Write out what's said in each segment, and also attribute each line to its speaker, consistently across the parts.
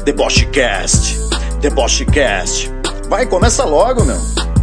Speaker 1: Debochecast. Debochecast. Vai, começa logo, meu.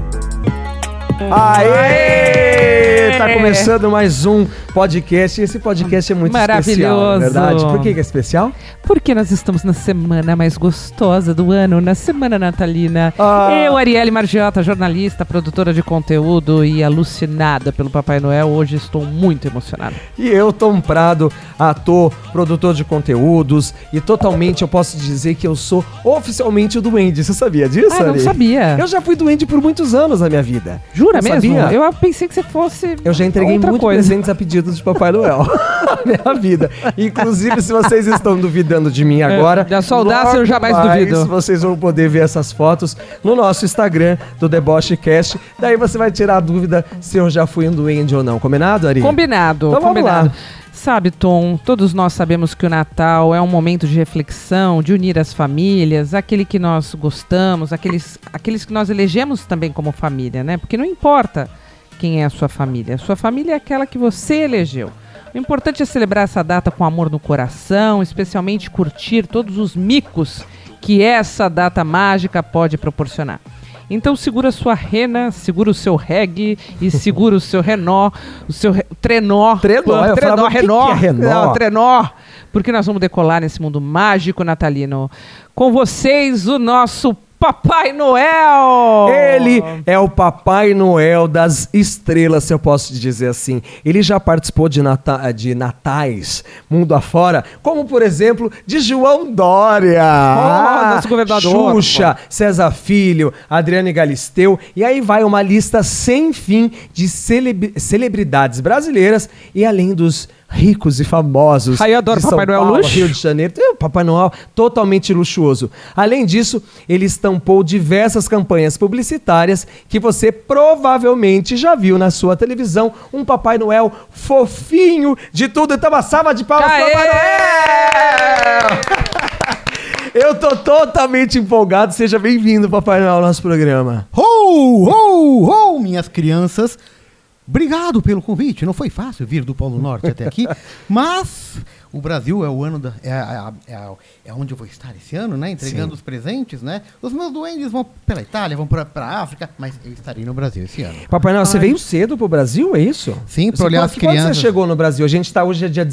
Speaker 2: Aê! Tá começando mais um podcast. Esse podcast é muito especial, na verdade. Por que é especial?
Speaker 3: Porque nós estamos na semana mais gostosa do ano, na semana natalina. Eu, Arielle Margiota, jornalista, produtora de conteúdo e alucinada pelo Papai Noel, hoje estou muito emocionada.
Speaker 2: E eu, Tom Prado, ator, produtor de conteúdos e totalmente eu posso dizer que eu sou oficialmente o duende. Você sabia disso,
Speaker 3: não sabia.
Speaker 2: Eu já fui duende por muitos anos na minha vida.
Speaker 3: Jura mesmo?
Speaker 2: Sabia?
Speaker 3: Eu pensei que você fosse
Speaker 2: Eu já entreguei muitos presentes a pedido de Papai Noel na minha vida. Inclusive, se vocês estão duvidando de mim agora,
Speaker 3: da sua audácia eu jamais duvido.
Speaker 2: Vocês vão poder ver essas fotos no nosso Instagram do Debochecast. Daí você vai tirar a dúvida se eu já fui um duende ou não. Combinado, Ari?
Speaker 3: Combinado.
Speaker 2: Então vamos lá.
Speaker 3: Sabe, Tom, todos nós sabemos que o Natal é um momento de reflexão, de unir as famílias, aquele que nós gostamos, aqueles que nós elegemos também como família, né? Porque não importa quem é a sua família é aquela que você elegeu. O importante é celebrar essa data com amor no coração, especialmente curtir todos os micos que essa data mágica pode proporcionar. Então segura a sua rena, segura o seu reggae e segura o seu renó, o seu trenó. Trenó, porque nós vamos decolar nesse mundo mágico natalino. Com vocês, o nosso Papai Noel!
Speaker 2: Ele é o Papai Noel das estrelas, se eu posso dizer assim. Ele já participou de natais mundo afora, como por exemplo de João Dória,
Speaker 3: nosso governador,
Speaker 2: Xuxa, César Filho, Adriane Galisteu, e aí vai uma lista sem fim de celebridades brasileiras e além dos ricos e famosos.
Speaker 3: Aí eu adoro
Speaker 2: de
Speaker 3: Papai
Speaker 2: São
Speaker 3: Noel
Speaker 2: Paulo,
Speaker 3: luxo.
Speaker 2: Rio de Janeiro. Tem o Papai Noel totalmente luxuoso. Além disso, ele estampou diversas campanhas publicitárias que você provavelmente já viu na sua televisão. Um Papai Noel fofinho de tudo. Então uma salva de palmas para Papai Noel! Eu tô totalmente empolgado. Seja bem-vindo, Papai Noel, ao nosso programa.
Speaker 4: Ho, ho, ho, minhas crianças. Obrigado pelo convite. Não foi fácil vir do Polo Norte até aqui, mas o Brasil é o ano é onde eu vou estar esse ano, né? Entregando os presentes, né? Os meus duendes vão pela Itália, vão para a África, mas eu estarei no Brasil esse ano.
Speaker 2: Papai Noel, você veio cedo pro Brasil, é isso?
Speaker 4: Sim, para olhar as crianças.
Speaker 2: Quando você chegou no Brasil? A gente tá hoje é dia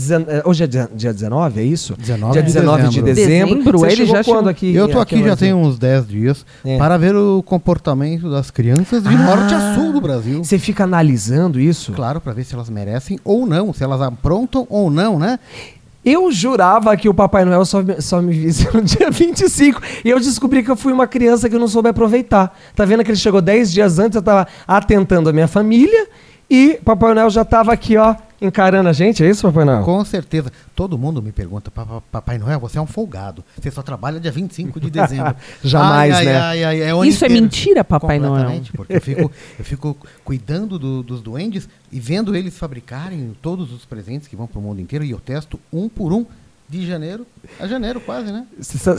Speaker 2: 19, é isso?
Speaker 4: 19
Speaker 2: dia 19 de dezembro. Você
Speaker 3: ele já
Speaker 2: quando aqui?
Speaker 4: Eu tô aqui já tem uns 10 dias para ver o comportamento das crianças de norte a sul do Brasil.
Speaker 2: Você fica analisando isso?
Speaker 4: Claro, para ver se elas merecem ou não, se elas aprontam ou não, né?
Speaker 2: Eu jurava que o Papai Noel só me visse no dia 25 e eu descobri que eu fui uma criança que eu não soube aproveitar. Tá vendo que ele chegou 10 dias antes, eu tava atentando a minha família e Papai Noel já tava aqui, ó, encarando a gente. É isso, Papai Noel?
Speaker 4: Com certeza. Todo mundo me pergunta, Papai Noel, você é um folgado. Você só trabalha dia 25 de dezembro.
Speaker 2: Jamais,
Speaker 3: Isso é mentira, Papai Noel?
Speaker 4: Porque eu fico cuidando dos duendes e vendo eles fabricarem todos os presentes que vão pro mundo inteiro e eu testo um por um. De janeiro a janeiro, quase, né?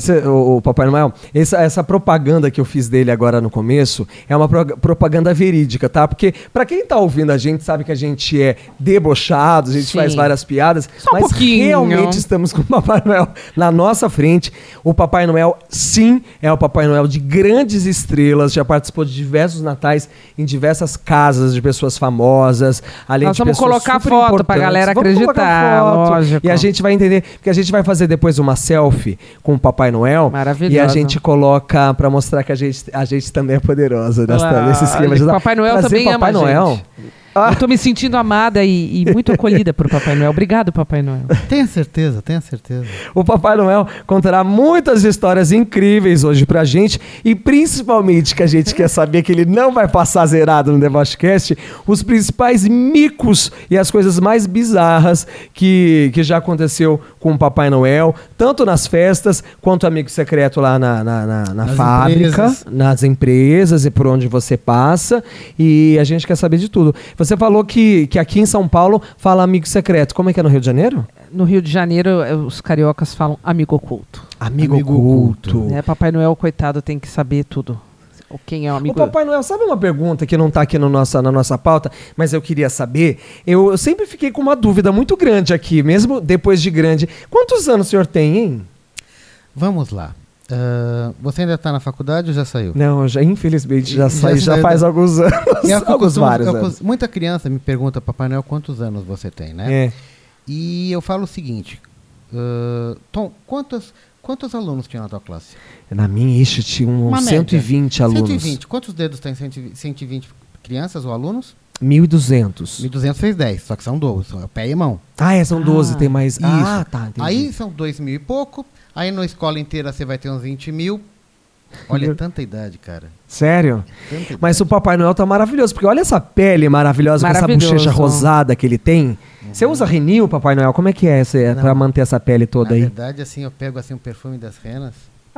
Speaker 2: O Papai Noel, essa propaganda que eu fiz dele agora no começo é uma propaganda verídica, tá? Porque pra quem tá ouvindo a gente sabe que a gente é debochado, a gente faz várias piadas, mas realmente estamos com o Papai Noel na nossa frente. O Papai Noel, sim, é o Papai Noel de grandes estrelas, já participou de diversos natais em diversas casas de pessoas famosas, além
Speaker 3: Nós
Speaker 2: de
Speaker 3: vamos
Speaker 2: pessoas
Speaker 3: colocar foto pra galera acreditar, lógico.
Speaker 2: E a gente vai entender, porque a gente vai fazer depois uma selfie com o Papai Noel.
Speaker 3: Maravilhoso.
Speaker 2: E a gente coloca pra mostrar que a gente também é poderosa nesse esquema de
Speaker 3: Papai Noel também ama
Speaker 2: Papai Noel.
Speaker 3: Eu tô me sentindo amada e muito acolhida por Papai Noel. Obrigado, Papai Noel.
Speaker 4: Tenha certeza, tenha certeza.
Speaker 2: O Papai Noel contará muitas histórias incríveis hoje pra gente e principalmente que a gente quer saber que ele não vai passar zerado no Debochecast, os principais micos e as coisas mais bizarras que já aconteceu com o Papai Noel, tanto nas festas quanto amigo secreto lá na fábrica, nas empresas e por onde você passa, e a gente quer saber de tudo. Você falou que aqui em São Paulo fala amigo secreto. Como é que é no Rio de Janeiro?
Speaker 3: No Rio de Janeiro, os cariocas falam amigo oculto.
Speaker 2: Amigo oculto.
Speaker 3: Papai Noel, coitado, tem que saber tudo. Quem é o amigo?
Speaker 2: O Papai Noel, sabe uma pergunta que não está aqui na nossa pauta, mas eu queria saber? Eu sempre fiquei com uma dúvida muito grande aqui, mesmo depois de grande. Quantos anos o senhor tem, hein?
Speaker 4: Vamos lá. Você ainda está na faculdade ou já saiu?
Speaker 2: Não, infelizmente já saí, já
Speaker 4: saiu
Speaker 2: faz alguns anos. Vários anos.
Speaker 4: Muita criança me pergunta, Papai Noel, quantos anos você tem, né?
Speaker 2: É.
Speaker 4: E eu falo o seguinte, Tom, quantos alunos tinha na tua classe?
Speaker 2: Na minha tinha
Speaker 4: Uma
Speaker 2: uns
Speaker 4: média.
Speaker 2: 120 alunos.
Speaker 4: 120. Quantos dedos tem 120 crianças ou alunos?
Speaker 2: 1.200.
Speaker 4: 1.200 fez 10, só que são 12, são pé e mão.
Speaker 2: São 12, tem mais...
Speaker 4: Isso.
Speaker 2: Ah, tá, entendi.
Speaker 4: Aí são 2.000 e pouco, aí na escola inteira você vai ter uns 20 mil. Olha, é tanta idade, cara.
Speaker 2: Sério?
Speaker 4: Tanta idade.
Speaker 2: Mas o Papai Noel tá maravilhoso, porque olha essa pele maravilhosa, com essa
Speaker 3: Maravilhoso.
Speaker 2: bochecha rosada que ele tem. Você usa Renil, Papai Noel? Como é que é pra manter essa pele toda
Speaker 4: Na
Speaker 2: aí?
Speaker 4: verdade, assim, eu pego assim o perfume das renas.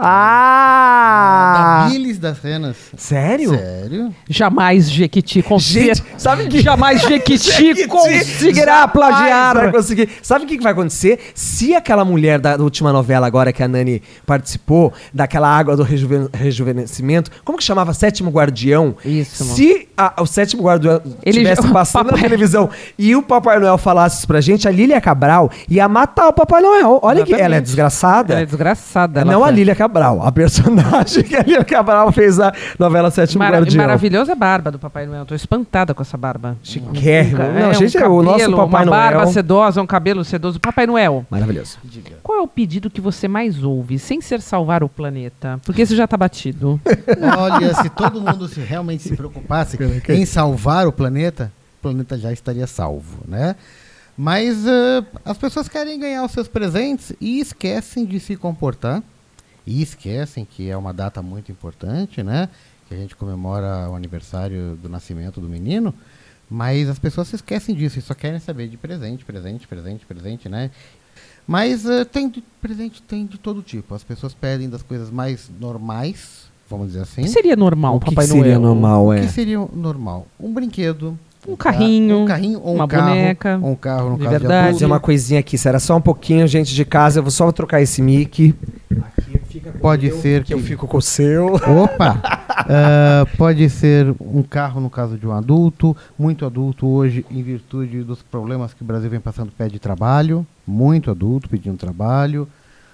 Speaker 2: Ah!
Speaker 4: Da bilis das renas.
Speaker 2: Sério?
Speaker 4: Sério?
Speaker 3: Jamais Jequiti
Speaker 2: Gente, sabe que...
Speaker 3: Jamais Jequiti conseguirá
Speaker 2: jamais
Speaker 3: plagiar.
Speaker 2: vai conseguir. Sabe o que vai acontecer? Se aquela mulher da última novela agora que a Nani participou, daquela água do rejuvenescimento, como que chamava? Sétimo Guardião?
Speaker 3: Isso, mano.
Speaker 2: Se o Sétimo Guardião estivesse passando na televisão e o Papai Noel falasse isso pra gente, a Lília Cabral ia matar o Papai Noel. Olha que ela é desgraçada.
Speaker 3: Ela é desgraçada.
Speaker 2: Não a Lília Cabral, a personagem que a Lília Cabral fez na novela Sétimo Guardião.
Speaker 3: Maravilhosa a barba do Papai Noel. Tô espantada com essa barba.
Speaker 2: Chiquérrimo. Não, gente,
Speaker 3: cabelo,
Speaker 2: o nosso Papai
Speaker 3: uma
Speaker 2: Noel...
Speaker 3: barba sedosa, um cabelo sedoso. Papai Noel,
Speaker 2: Maravilhoso.
Speaker 3: qual é o pedido que você mais ouve, sem ser salvar o planeta? Porque esse já tá batido.
Speaker 4: Olha, se todo mundo realmente se preocupasse em salvar o planeta já estaria salvo, né? Mas as pessoas querem ganhar os seus presentes e esquecem de se comportar. E esquecem que é uma data muito importante, né? Que a gente comemora o aniversário do nascimento do menino. Mas as pessoas se esquecem disso e só querem saber de presente, né? Mas presente tem de todo tipo. As pessoas pedem das coisas mais normais, vamos dizer assim.
Speaker 3: O que seria normal,
Speaker 2: O que
Speaker 3: Papai
Speaker 2: seria
Speaker 3: Noel?
Speaker 2: normal,
Speaker 4: O que seria normal? Um brinquedo.
Speaker 3: Um carrinho,
Speaker 4: ou
Speaker 3: uma
Speaker 4: um carro,
Speaker 3: boneca,
Speaker 4: ou um carro no
Speaker 3: de
Speaker 4: caso
Speaker 3: verdade.
Speaker 2: Vou
Speaker 4: de
Speaker 2: dizer
Speaker 4: adulto.
Speaker 2: uma coisinha aqui, será só um pouquinho, gente de casa, eu vou só trocar esse mic. Aqui fica com
Speaker 4: Pode
Speaker 2: o meu,
Speaker 4: ser
Speaker 2: que eu
Speaker 4: que-
Speaker 2: fico com o seu.
Speaker 4: Opa! Pode ser um carro no caso de um adulto, muito adulto hoje em virtude dos problemas que o Brasil vem passando, pede trabalho, muito adulto pedindo trabalho,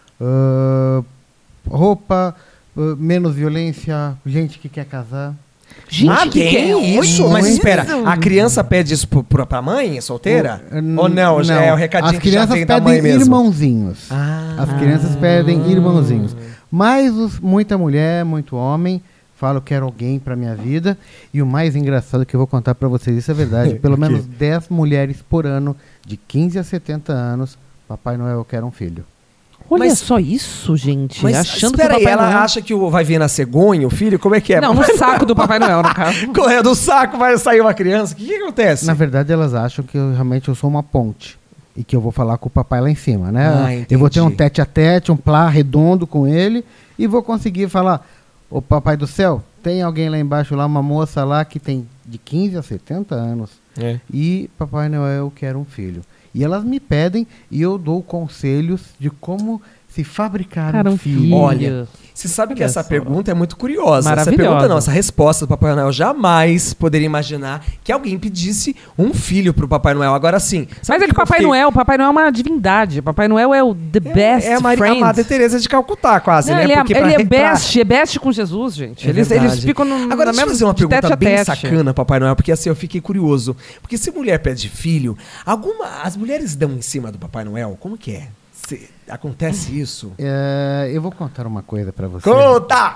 Speaker 4: roupa, menos violência, gente que quer casar.
Speaker 3: Gente, que é isso?
Speaker 2: Mas
Speaker 4: Muito.
Speaker 2: espera, a criança pede isso pra mãe solteira? Ou não? É o recadinho
Speaker 4: As
Speaker 2: que já
Speaker 4: crianças
Speaker 2: tem da mãe
Speaker 4: pedem
Speaker 2: mesmo.
Speaker 4: irmãozinhos.
Speaker 2: Ah.
Speaker 4: As crianças pedem irmãozinhos. Mas muita mulher, muito homem, fala, eu quero alguém pra minha vida. E o mais engraçado que eu vou contar pra vocês, isso é verdade, pelo menos 10 mulheres por ano, de 15 a 70 anos, Papai Noel, eu quero um filho.
Speaker 3: Olha
Speaker 2: Mas-
Speaker 3: só isso, gente.
Speaker 2: Mas
Speaker 3: achando
Speaker 2: espera
Speaker 3: que o
Speaker 2: aí,
Speaker 3: Papai
Speaker 2: ela
Speaker 3: Noel...
Speaker 2: acha que vai vir na cegonha o filho? Como é que é?
Speaker 3: Não, no saco do Papai Noel, no caso.
Speaker 2: Correndo do saco vai sair uma criança. O que acontece?
Speaker 4: Na verdade, elas acham que eu sou uma ponte. E que eu vou falar com o papai lá em cima, né?
Speaker 2: Ah,
Speaker 4: Eu vou ter um
Speaker 2: entendi.
Speaker 4: tete-a-tete, um plá redondo com ele. E vou conseguir falar, ô papai do céu, tem alguém lá embaixo, lá, uma moça lá que tem de 15 a 70 anos.
Speaker 2: É.
Speaker 4: E Papai Noel quer um filho. E elas me pedem e eu dou conselhos de como se fabricar
Speaker 3: Cara,
Speaker 4: um
Speaker 3: um
Speaker 4: filho.
Speaker 3: filho.
Speaker 2: Olha, você sabe que
Speaker 3: Olha
Speaker 2: essa
Speaker 3: só.
Speaker 2: pergunta é muito curiosa. Essa
Speaker 3: Maravilhosa.
Speaker 2: pergunta não, essa resposta do Papai Noel jamais poderia imaginar que alguém pedisse um filho pro Papai Noel. Agora sim.
Speaker 3: Mas é que Papai Noel é uma divindade. Papai Noel é o the best
Speaker 2: é a
Speaker 3: friend.
Speaker 2: Madre Teresa de Calcutá, quase,
Speaker 3: Não,
Speaker 2: né?
Speaker 3: ele
Speaker 2: Porque
Speaker 3: é
Speaker 2: pra-
Speaker 3: best com Jesus, gente.
Speaker 2: É
Speaker 3: Eles
Speaker 2: verdade.
Speaker 3: ficam no
Speaker 2: Agora, deixa eu fazer uma
Speaker 3: de
Speaker 2: pergunta
Speaker 3: tete a
Speaker 2: bem
Speaker 3: tete.
Speaker 2: sacana, Papai Noel, porque assim, eu fiquei curioso. Porque se mulher pede filho, as mulheres dão em cima do Papai Noel? Como que é? Acontece isso?
Speaker 4: Eu vou contar uma coisa pra você.
Speaker 2: Conta!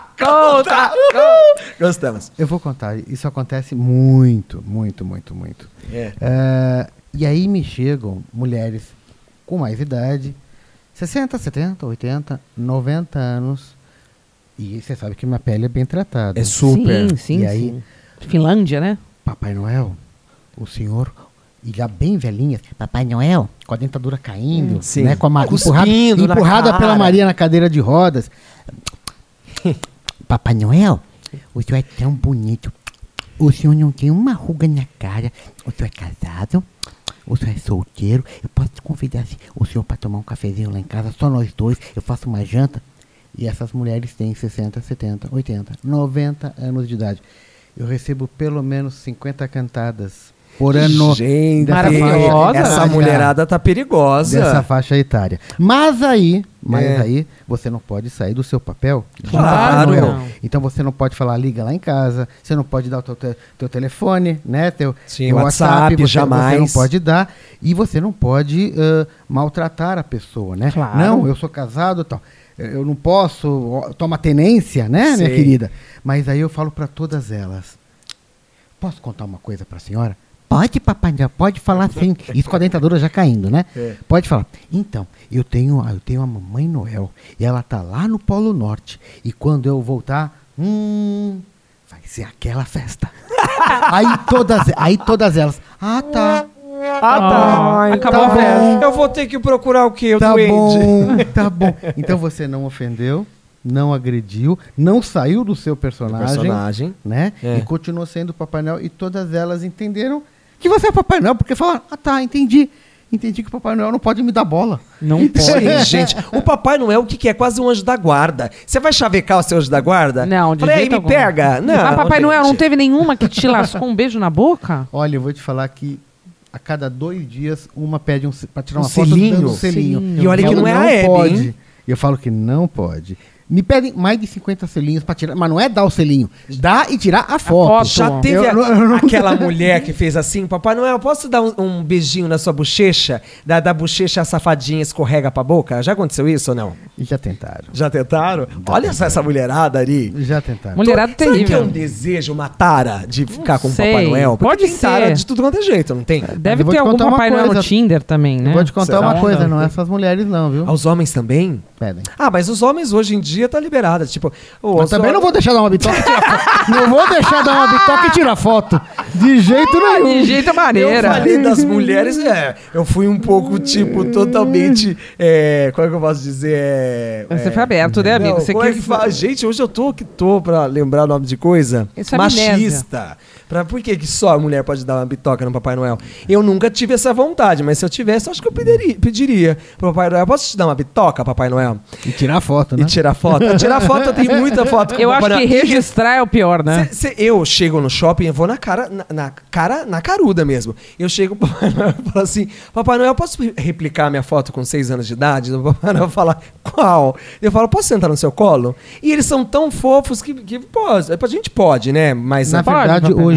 Speaker 2: Gostamos.
Speaker 4: Eu vou contar. Isso acontece muito, muito, muito, muito. E aí me chegam mulheres com mais idade, 60, 70, 80, 90 anos. E você sabe que minha pele é bem tratada.
Speaker 2: É super.
Speaker 3: Sim, sim,
Speaker 4: E aí?
Speaker 3: sim. Finlândia, né?
Speaker 4: Papai Noel, o senhor, e já bem velhinha, Papai Noel, com a dentadura caindo,
Speaker 2: Sim.
Speaker 4: né, com a
Speaker 2: Cuspindo na
Speaker 4: empurrada
Speaker 2: cara.
Speaker 4: pela Maria na cadeira de rodas. Papai Noel, o senhor é tão bonito. O senhor não tem uma ruga na cara. O senhor é casado? O senhor é solteiro? Eu posso te convidar assim, o senhor para tomar um cafezinho lá em casa, só nós dois, eu faço uma janta. E essas mulheres têm 60, 70, 80, 90 anos de idade. Eu recebo pelo menos 50 cantadas por ano.
Speaker 2: Gente,
Speaker 4: dessa
Speaker 3: maravilhosa.
Speaker 2: essa
Speaker 4: faixa-
Speaker 2: mulherada tá perigosa.
Speaker 4: dessa faixa etária. Mas aí você não pode sair do seu papel de
Speaker 2: Claro.
Speaker 4: Papai Noel.
Speaker 3: Não.
Speaker 4: Então você não pode falar liga lá em casa, você não pode dar o teu telefone, né?
Speaker 2: Sim,
Speaker 4: teu
Speaker 2: WhatsApp,
Speaker 4: você
Speaker 2: jamais.
Speaker 4: não pode dar e você não pode maltratar a pessoa, né?
Speaker 3: Claro.
Speaker 4: Não, eu sou casado e tal. Eu não posso, toma tenência, né, minha
Speaker 2: Sim.
Speaker 4: querida? Mas aí eu falo para todas elas. Posso contar uma coisa para a senhora? Pode, papai, já pode falar sim. Isso com a dentadura já caindo, né?
Speaker 2: É.
Speaker 4: Pode falar. Então, eu tenho a Mamãe Noel e ela tá lá no Polo Norte. E quando eu voltar, vai ser aquela festa. aí todas elas, tá.
Speaker 3: Ai, acabou
Speaker 4: tá
Speaker 3: a festa.
Speaker 4: bom.
Speaker 2: Eu vou ter que procurar o quê? O
Speaker 4: Tá
Speaker 2: duende.
Speaker 4: bom, tá bom. Então você não ofendeu, não agrediu, não saiu do seu personagem, né?
Speaker 2: É.
Speaker 4: E continuou sendo Papai Noel e todas elas entenderam que você é Papai Noel, porque falaram, entendi. Entendi que o Papai Noel não pode me dar bola.
Speaker 3: Não
Speaker 2: Sim,
Speaker 3: pode.
Speaker 2: gente. O Papai Noel, o que que é? Quase um anjo da guarda. Você vai chavecar o seu anjo da guarda?
Speaker 3: Não, de
Speaker 2: Falei,
Speaker 3: jeito
Speaker 2: me
Speaker 3: algum.
Speaker 2: pega. Não,
Speaker 3: Mas Papai Noel não
Speaker 2: gente.
Speaker 3: teve nenhuma que te lascou um beijo na boca?
Speaker 4: Olha, eu vou te falar que a cada 2 dias uma pede pra tirar
Speaker 2: Um
Speaker 4: uma foto
Speaker 2: selinho?
Speaker 4: dando um selinho.
Speaker 3: Selinho.
Speaker 2: E olha que
Speaker 4: Ela
Speaker 2: não é a Hebe,
Speaker 4: pode.
Speaker 2: hein?
Speaker 4: E eu falo que não pode. Me pedem mais de 50 selinhos pra tirar, mas não é dar o selinho, dá e tirar a foto.
Speaker 3: foto.
Speaker 2: Já teve
Speaker 4: Eu não-
Speaker 2: aquela mulher que fez assim, Papai Noel, posso dar um beijinho na sua bochecha? Da bochecha a safadinha escorrega pra boca? Já aconteceu isso ou não?
Speaker 4: Já tentaram.
Speaker 2: Já tentaram? Olha só essa mulherada ali.
Speaker 4: Já tentaram.
Speaker 3: Mulherada
Speaker 2: Será que é
Speaker 3: terrível.
Speaker 2: um desejo, uma tara de ficar com o
Speaker 3: sei.
Speaker 2: Papai Noel? Porque
Speaker 3: Pode
Speaker 2: tem tara
Speaker 3: ser.
Speaker 2: de tudo quanto é jeito, não tem?
Speaker 3: Deve
Speaker 4: eu vou
Speaker 3: ter
Speaker 4: te
Speaker 3: algum
Speaker 4: contar uma
Speaker 3: Papai Noel no
Speaker 4: coisa.
Speaker 3: Tinder também, né?
Speaker 4: Eu vou te contar
Speaker 2: Será?
Speaker 4: uma coisa, não é essas mulheres não, viu?
Speaker 2: Aos homens também?
Speaker 4: Pedem.
Speaker 2: Ah, mas os homens hoje em dia tá liberado. Tipo,
Speaker 4: Mas também não vou deixar dar uma bitoca e tirar foto. Não vou deixar dar uma bitoca e tirar foto. De jeito nenhum.
Speaker 3: De jeito
Speaker 2: Eu
Speaker 3: maneira.
Speaker 2: falei das mulheres, eu fui um pouco, tipo, totalmente. Como é que eu posso dizer?
Speaker 3: Você foi aberto, né, amigo?
Speaker 2: Não,
Speaker 3: Você
Speaker 2: como é
Speaker 3: quis-
Speaker 2: que fala? Gente, hoje eu tô que tô pra lembrar o nome de coisa.
Speaker 3: Isso é amnésia.
Speaker 2: Machista. Por que só a mulher pode dar uma bitoca no Papai Noel? Eu nunca tive essa vontade, mas se eu tivesse, eu acho que eu pediria pro Papai Noel. Posso te dar uma bitoca, Papai Noel?
Speaker 4: E tirar foto, né?
Speaker 2: E tirar foto? Tirar foto, eu tenho muita foto com
Speaker 3: Eu
Speaker 2: o Papai
Speaker 3: acho que
Speaker 2: Noel.
Speaker 3: registrar é o pior, né?
Speaker 2: Eu chego no shopping, eu vou na caruda mesmo. Eu chego pro Papai Noel e falo assim: Papai Noel, posso replicar minha foto com 6 anos de idade? O Papai Noel fala: qual? Eu falo: posso sentar no seu colo? E eles são tão fofos que pode. A gente pode, né? Mas
Speaker 4: Na
Speaker 3: Pode,
Speaker 4: verdade,
Speaker 3: papai.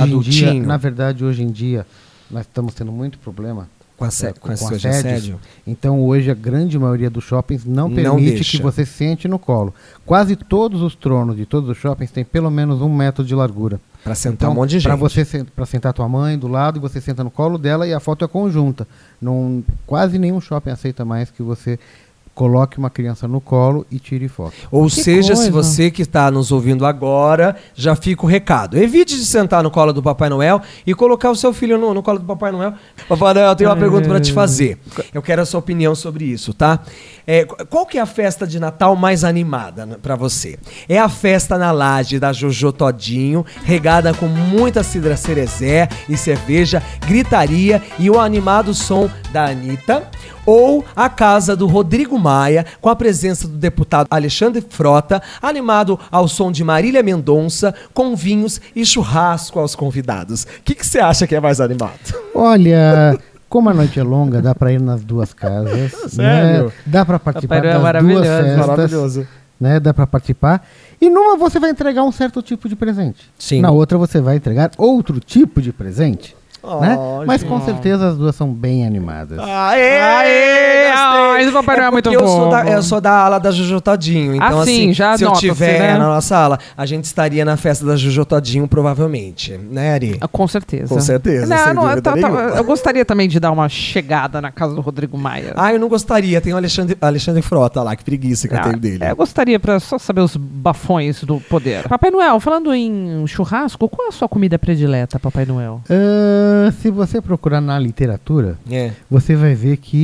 Speaker 4: hoje em dia, nós estamos tendo muito problema
Speaker 2: com
Speaker 4: com
Speaker 2: assédio.
Speaker 4: assédios. Então, hoje, a grande maioria dos shoppings não
Speaker 2: Não
Speaker 4: permite
Speaker 2: deixa.
Speaker 4: que você sente no colo. Quase todos os tronos de todos os shoppings têm pelo menos 1 metro de largura.
Speaker 2: Pra sentar
Speaker 4: Então,
Speaker 2: um monte de gente.
Speaker 4: para sentar tua mãe do lado e você senta no colo dela e a foto é conjunta. Quase nenhum shopping aceita mais que você coloque uma criança no colo e tire foto.
Speaker 2: Ou
Speaker 3: Que
Speaker 2: seja, se
Speaker 3: coisa.
Speaker 2: você que está nos ouvindo agora, já fica o recado. Evite de sentar no colo do Papai Noel e colocar o seu filho no colo do Papai Noel. Papai Noel, eu tenho uma pergunta para te fazer. Eu quero a sua opinião sobre isso, tá? Qual que é a festa de Natal mais animada para você? É a festa na laje da Jojo Todinho, regada com muita cidra cerezé e cerveja, gritaria e o animado som da Anitta? Ou a casa do Rodrigo Maia, com a presença do deputado Alexandre Frota, animado ao som de Marília Mendonça, com vinhos e churrasco aos convidados. O que você acha que é mais animado?
Speaker 4: Olha, como a noite é longa, dá para ir nas duas casas.
Speaker 2: Sério?
Speaker 4: Né? Dá para participar
Speaker 3: Papai Noel é
Speaker 4: das duas
Speaker 3: maravilhoso,
Speaker 4: festas. Né? Dá para participar. E numa você vai entregar um certo tipo de presente.
Speaker 2: Sim.
Speaker 4: Na outra você vai entregar outro tipo de presente. Né?
Speaker 2: Oh,
Speaker 4: Mas
Speaker 2: gente.
Speaker 4: com certeza as duas são bem animadas.
Speaker 2: Aê!
Speaker 3: Aê! Mas o Papai Noel é muito
Speaker 2: porque
Speaker 3: bom.
Speaker 2: eu sou da ala da Jojo Todinho. Então,
Speaker 3: Ah, sim, já
Speaker 2: se eu
Speaker 3: nota-se,
Speaker 2: tiver
Speaker 3: né?
Speaker 2: na nossa ala, a gente estaria na festa da Jojo Todinho, provavelmente. Né, Ari?
Speaker 3: Com certeza.
Speaker 2: Com certeza, sem
Speaker 3: Não,
Speaker 2: dúvida nenhuma.
Speaker 3: eu gostaria também de dar uma chegada na casa do Rodrigo Maia.
Speaker 2: Ah, eu não gostaria. Tem o Alexandre Frota lá, que preguiça que eu tenho dele.
Speaker 3: Eu gostaria pra só saber os bafões do poder. Papai Noel, falando em churrasco, qual é a sua comida predileta, Papai Noel?
Speaker 4: Se você procurar na literatura,
Speaker 2: É.
Speaker 4: você vai ver que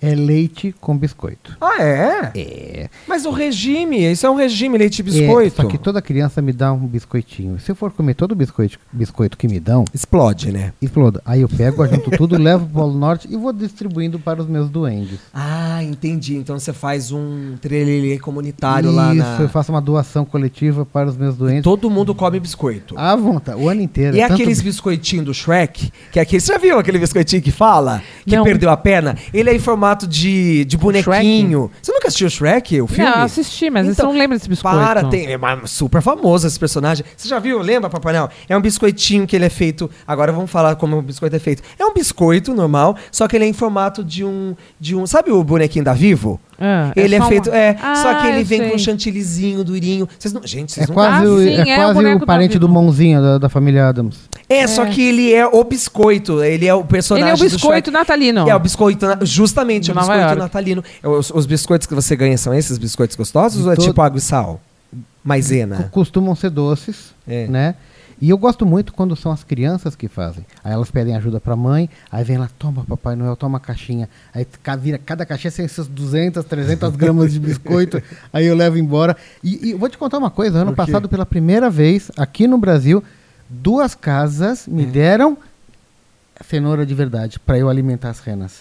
Speaker 4: É leite com biscoito.
Speaker 2: Ah, é?
Speaker 4: É.
Speaker 2: Mas o regime, isso é um regime, leite e biscoito.
Speaker 4: Só que toda criança me dá um biscoitinho. Se eu for comer todo o biscoito que me dão,
Speaker 2: Explode, né?
Speaker 4: exploda. Aí eu pego, ajunto tudo, levo pro Polo Norte e vou distribuindo para os meus duendes.
Speaker 2: Ah, entendi. Então você faz um trelelê comunitário lá na...
Speaker 4: Isso, eu faço uma doação coletiva para os meus duendes.
Speaker 2: Todo mundo come biscoito.
Speaker 4: À vontade, o ano inteiro.
Speaker 2: E
Speaker 4: Tanto-
Speaker 2: aqueles biscoitinhos do Shrek, que é aquele, você já viu aquele biscoitinho que fala? Que
Speaker 3: Não.
Speaker 2: perdeu a perna? Ele é em formato de bonequinho. Você nunca assistiu o Shrek, o filme?
Speaker 3: Não, assisti, mas
Speaker 2: Então,
Speaker 3: você não lembra desse biscoito.
Speaker 2: Para, é super famoso esse personagem. Você já viu? Lembra, Papai Noel? É um biscoitinho que ele é feito... Agora vamos falar como o biscoito é feito. É um biscoito normal, só que ele é em formato de um... Sabe o bonequinho da Vivo?
Speaker 3: Ah,
Speaker 2: Ele é
Speaker 3: só
Speaker 2: feito...
Speaker 3: uma-
Speaker 2: só que ele
Speaker 3: eu
Speaker 2: vem
Speaker 3: sei.
Speaker 2: com um chantillyzinho durinho. Vocês não, gente, vocês
Speaker 4: É
Speaker 2: não...
Speaker 4: quase,
Speaker 3: sim,
Speaker 4: é
Speaker 3: é o
Speaker 4: quase
Speaker 3: boneco
Speaker 4: o parente
Speaker 3: da
Speaker 4: do
Speaker 3: Vivo.
Speaker 4: Mãozinha da família Adams.
Speaker 2: Só que ele é o biscoito. Ele é o personagem
Speaker 3: Ele é o
Speaker 2: do
Speaker 3: biscoito
Speaker 2: Shrek.
Speaker 3: natalino.
Speaker 2: É o biscoito, justamente, o
Speaker 3: De Nova
Speaker 2: biscoito
Speaker 3: York.
Speaker 2: natalino. Os biscoitos que você ganha são esses biscoitos gostosos
Speaker 4: De
Speaker 2: ou é
Speaker 4: todo-
Speaker 2: tipo água e sal? Maisena.
Speaker 4: Costumam ser doces,
Speaker 2: É.
Speaker 4: né? E eu gosto muito quando são as crianças que fazem. Aí elas pedem ajuda pra mãe, aí vem lá, toma Papai Noel, toma a caixinha. Aí vira, cada caixinha tem seus 200, 300 gramas de biscoito, aí eu levo embora. E eu vou te contar uma coisa, ano
Speaker 2: O quê?
Speaker 4: passado, pela primeira vez, aqui no Brasil, 2 casas me deram cenoura de verdade, pra eu alimentar as renas.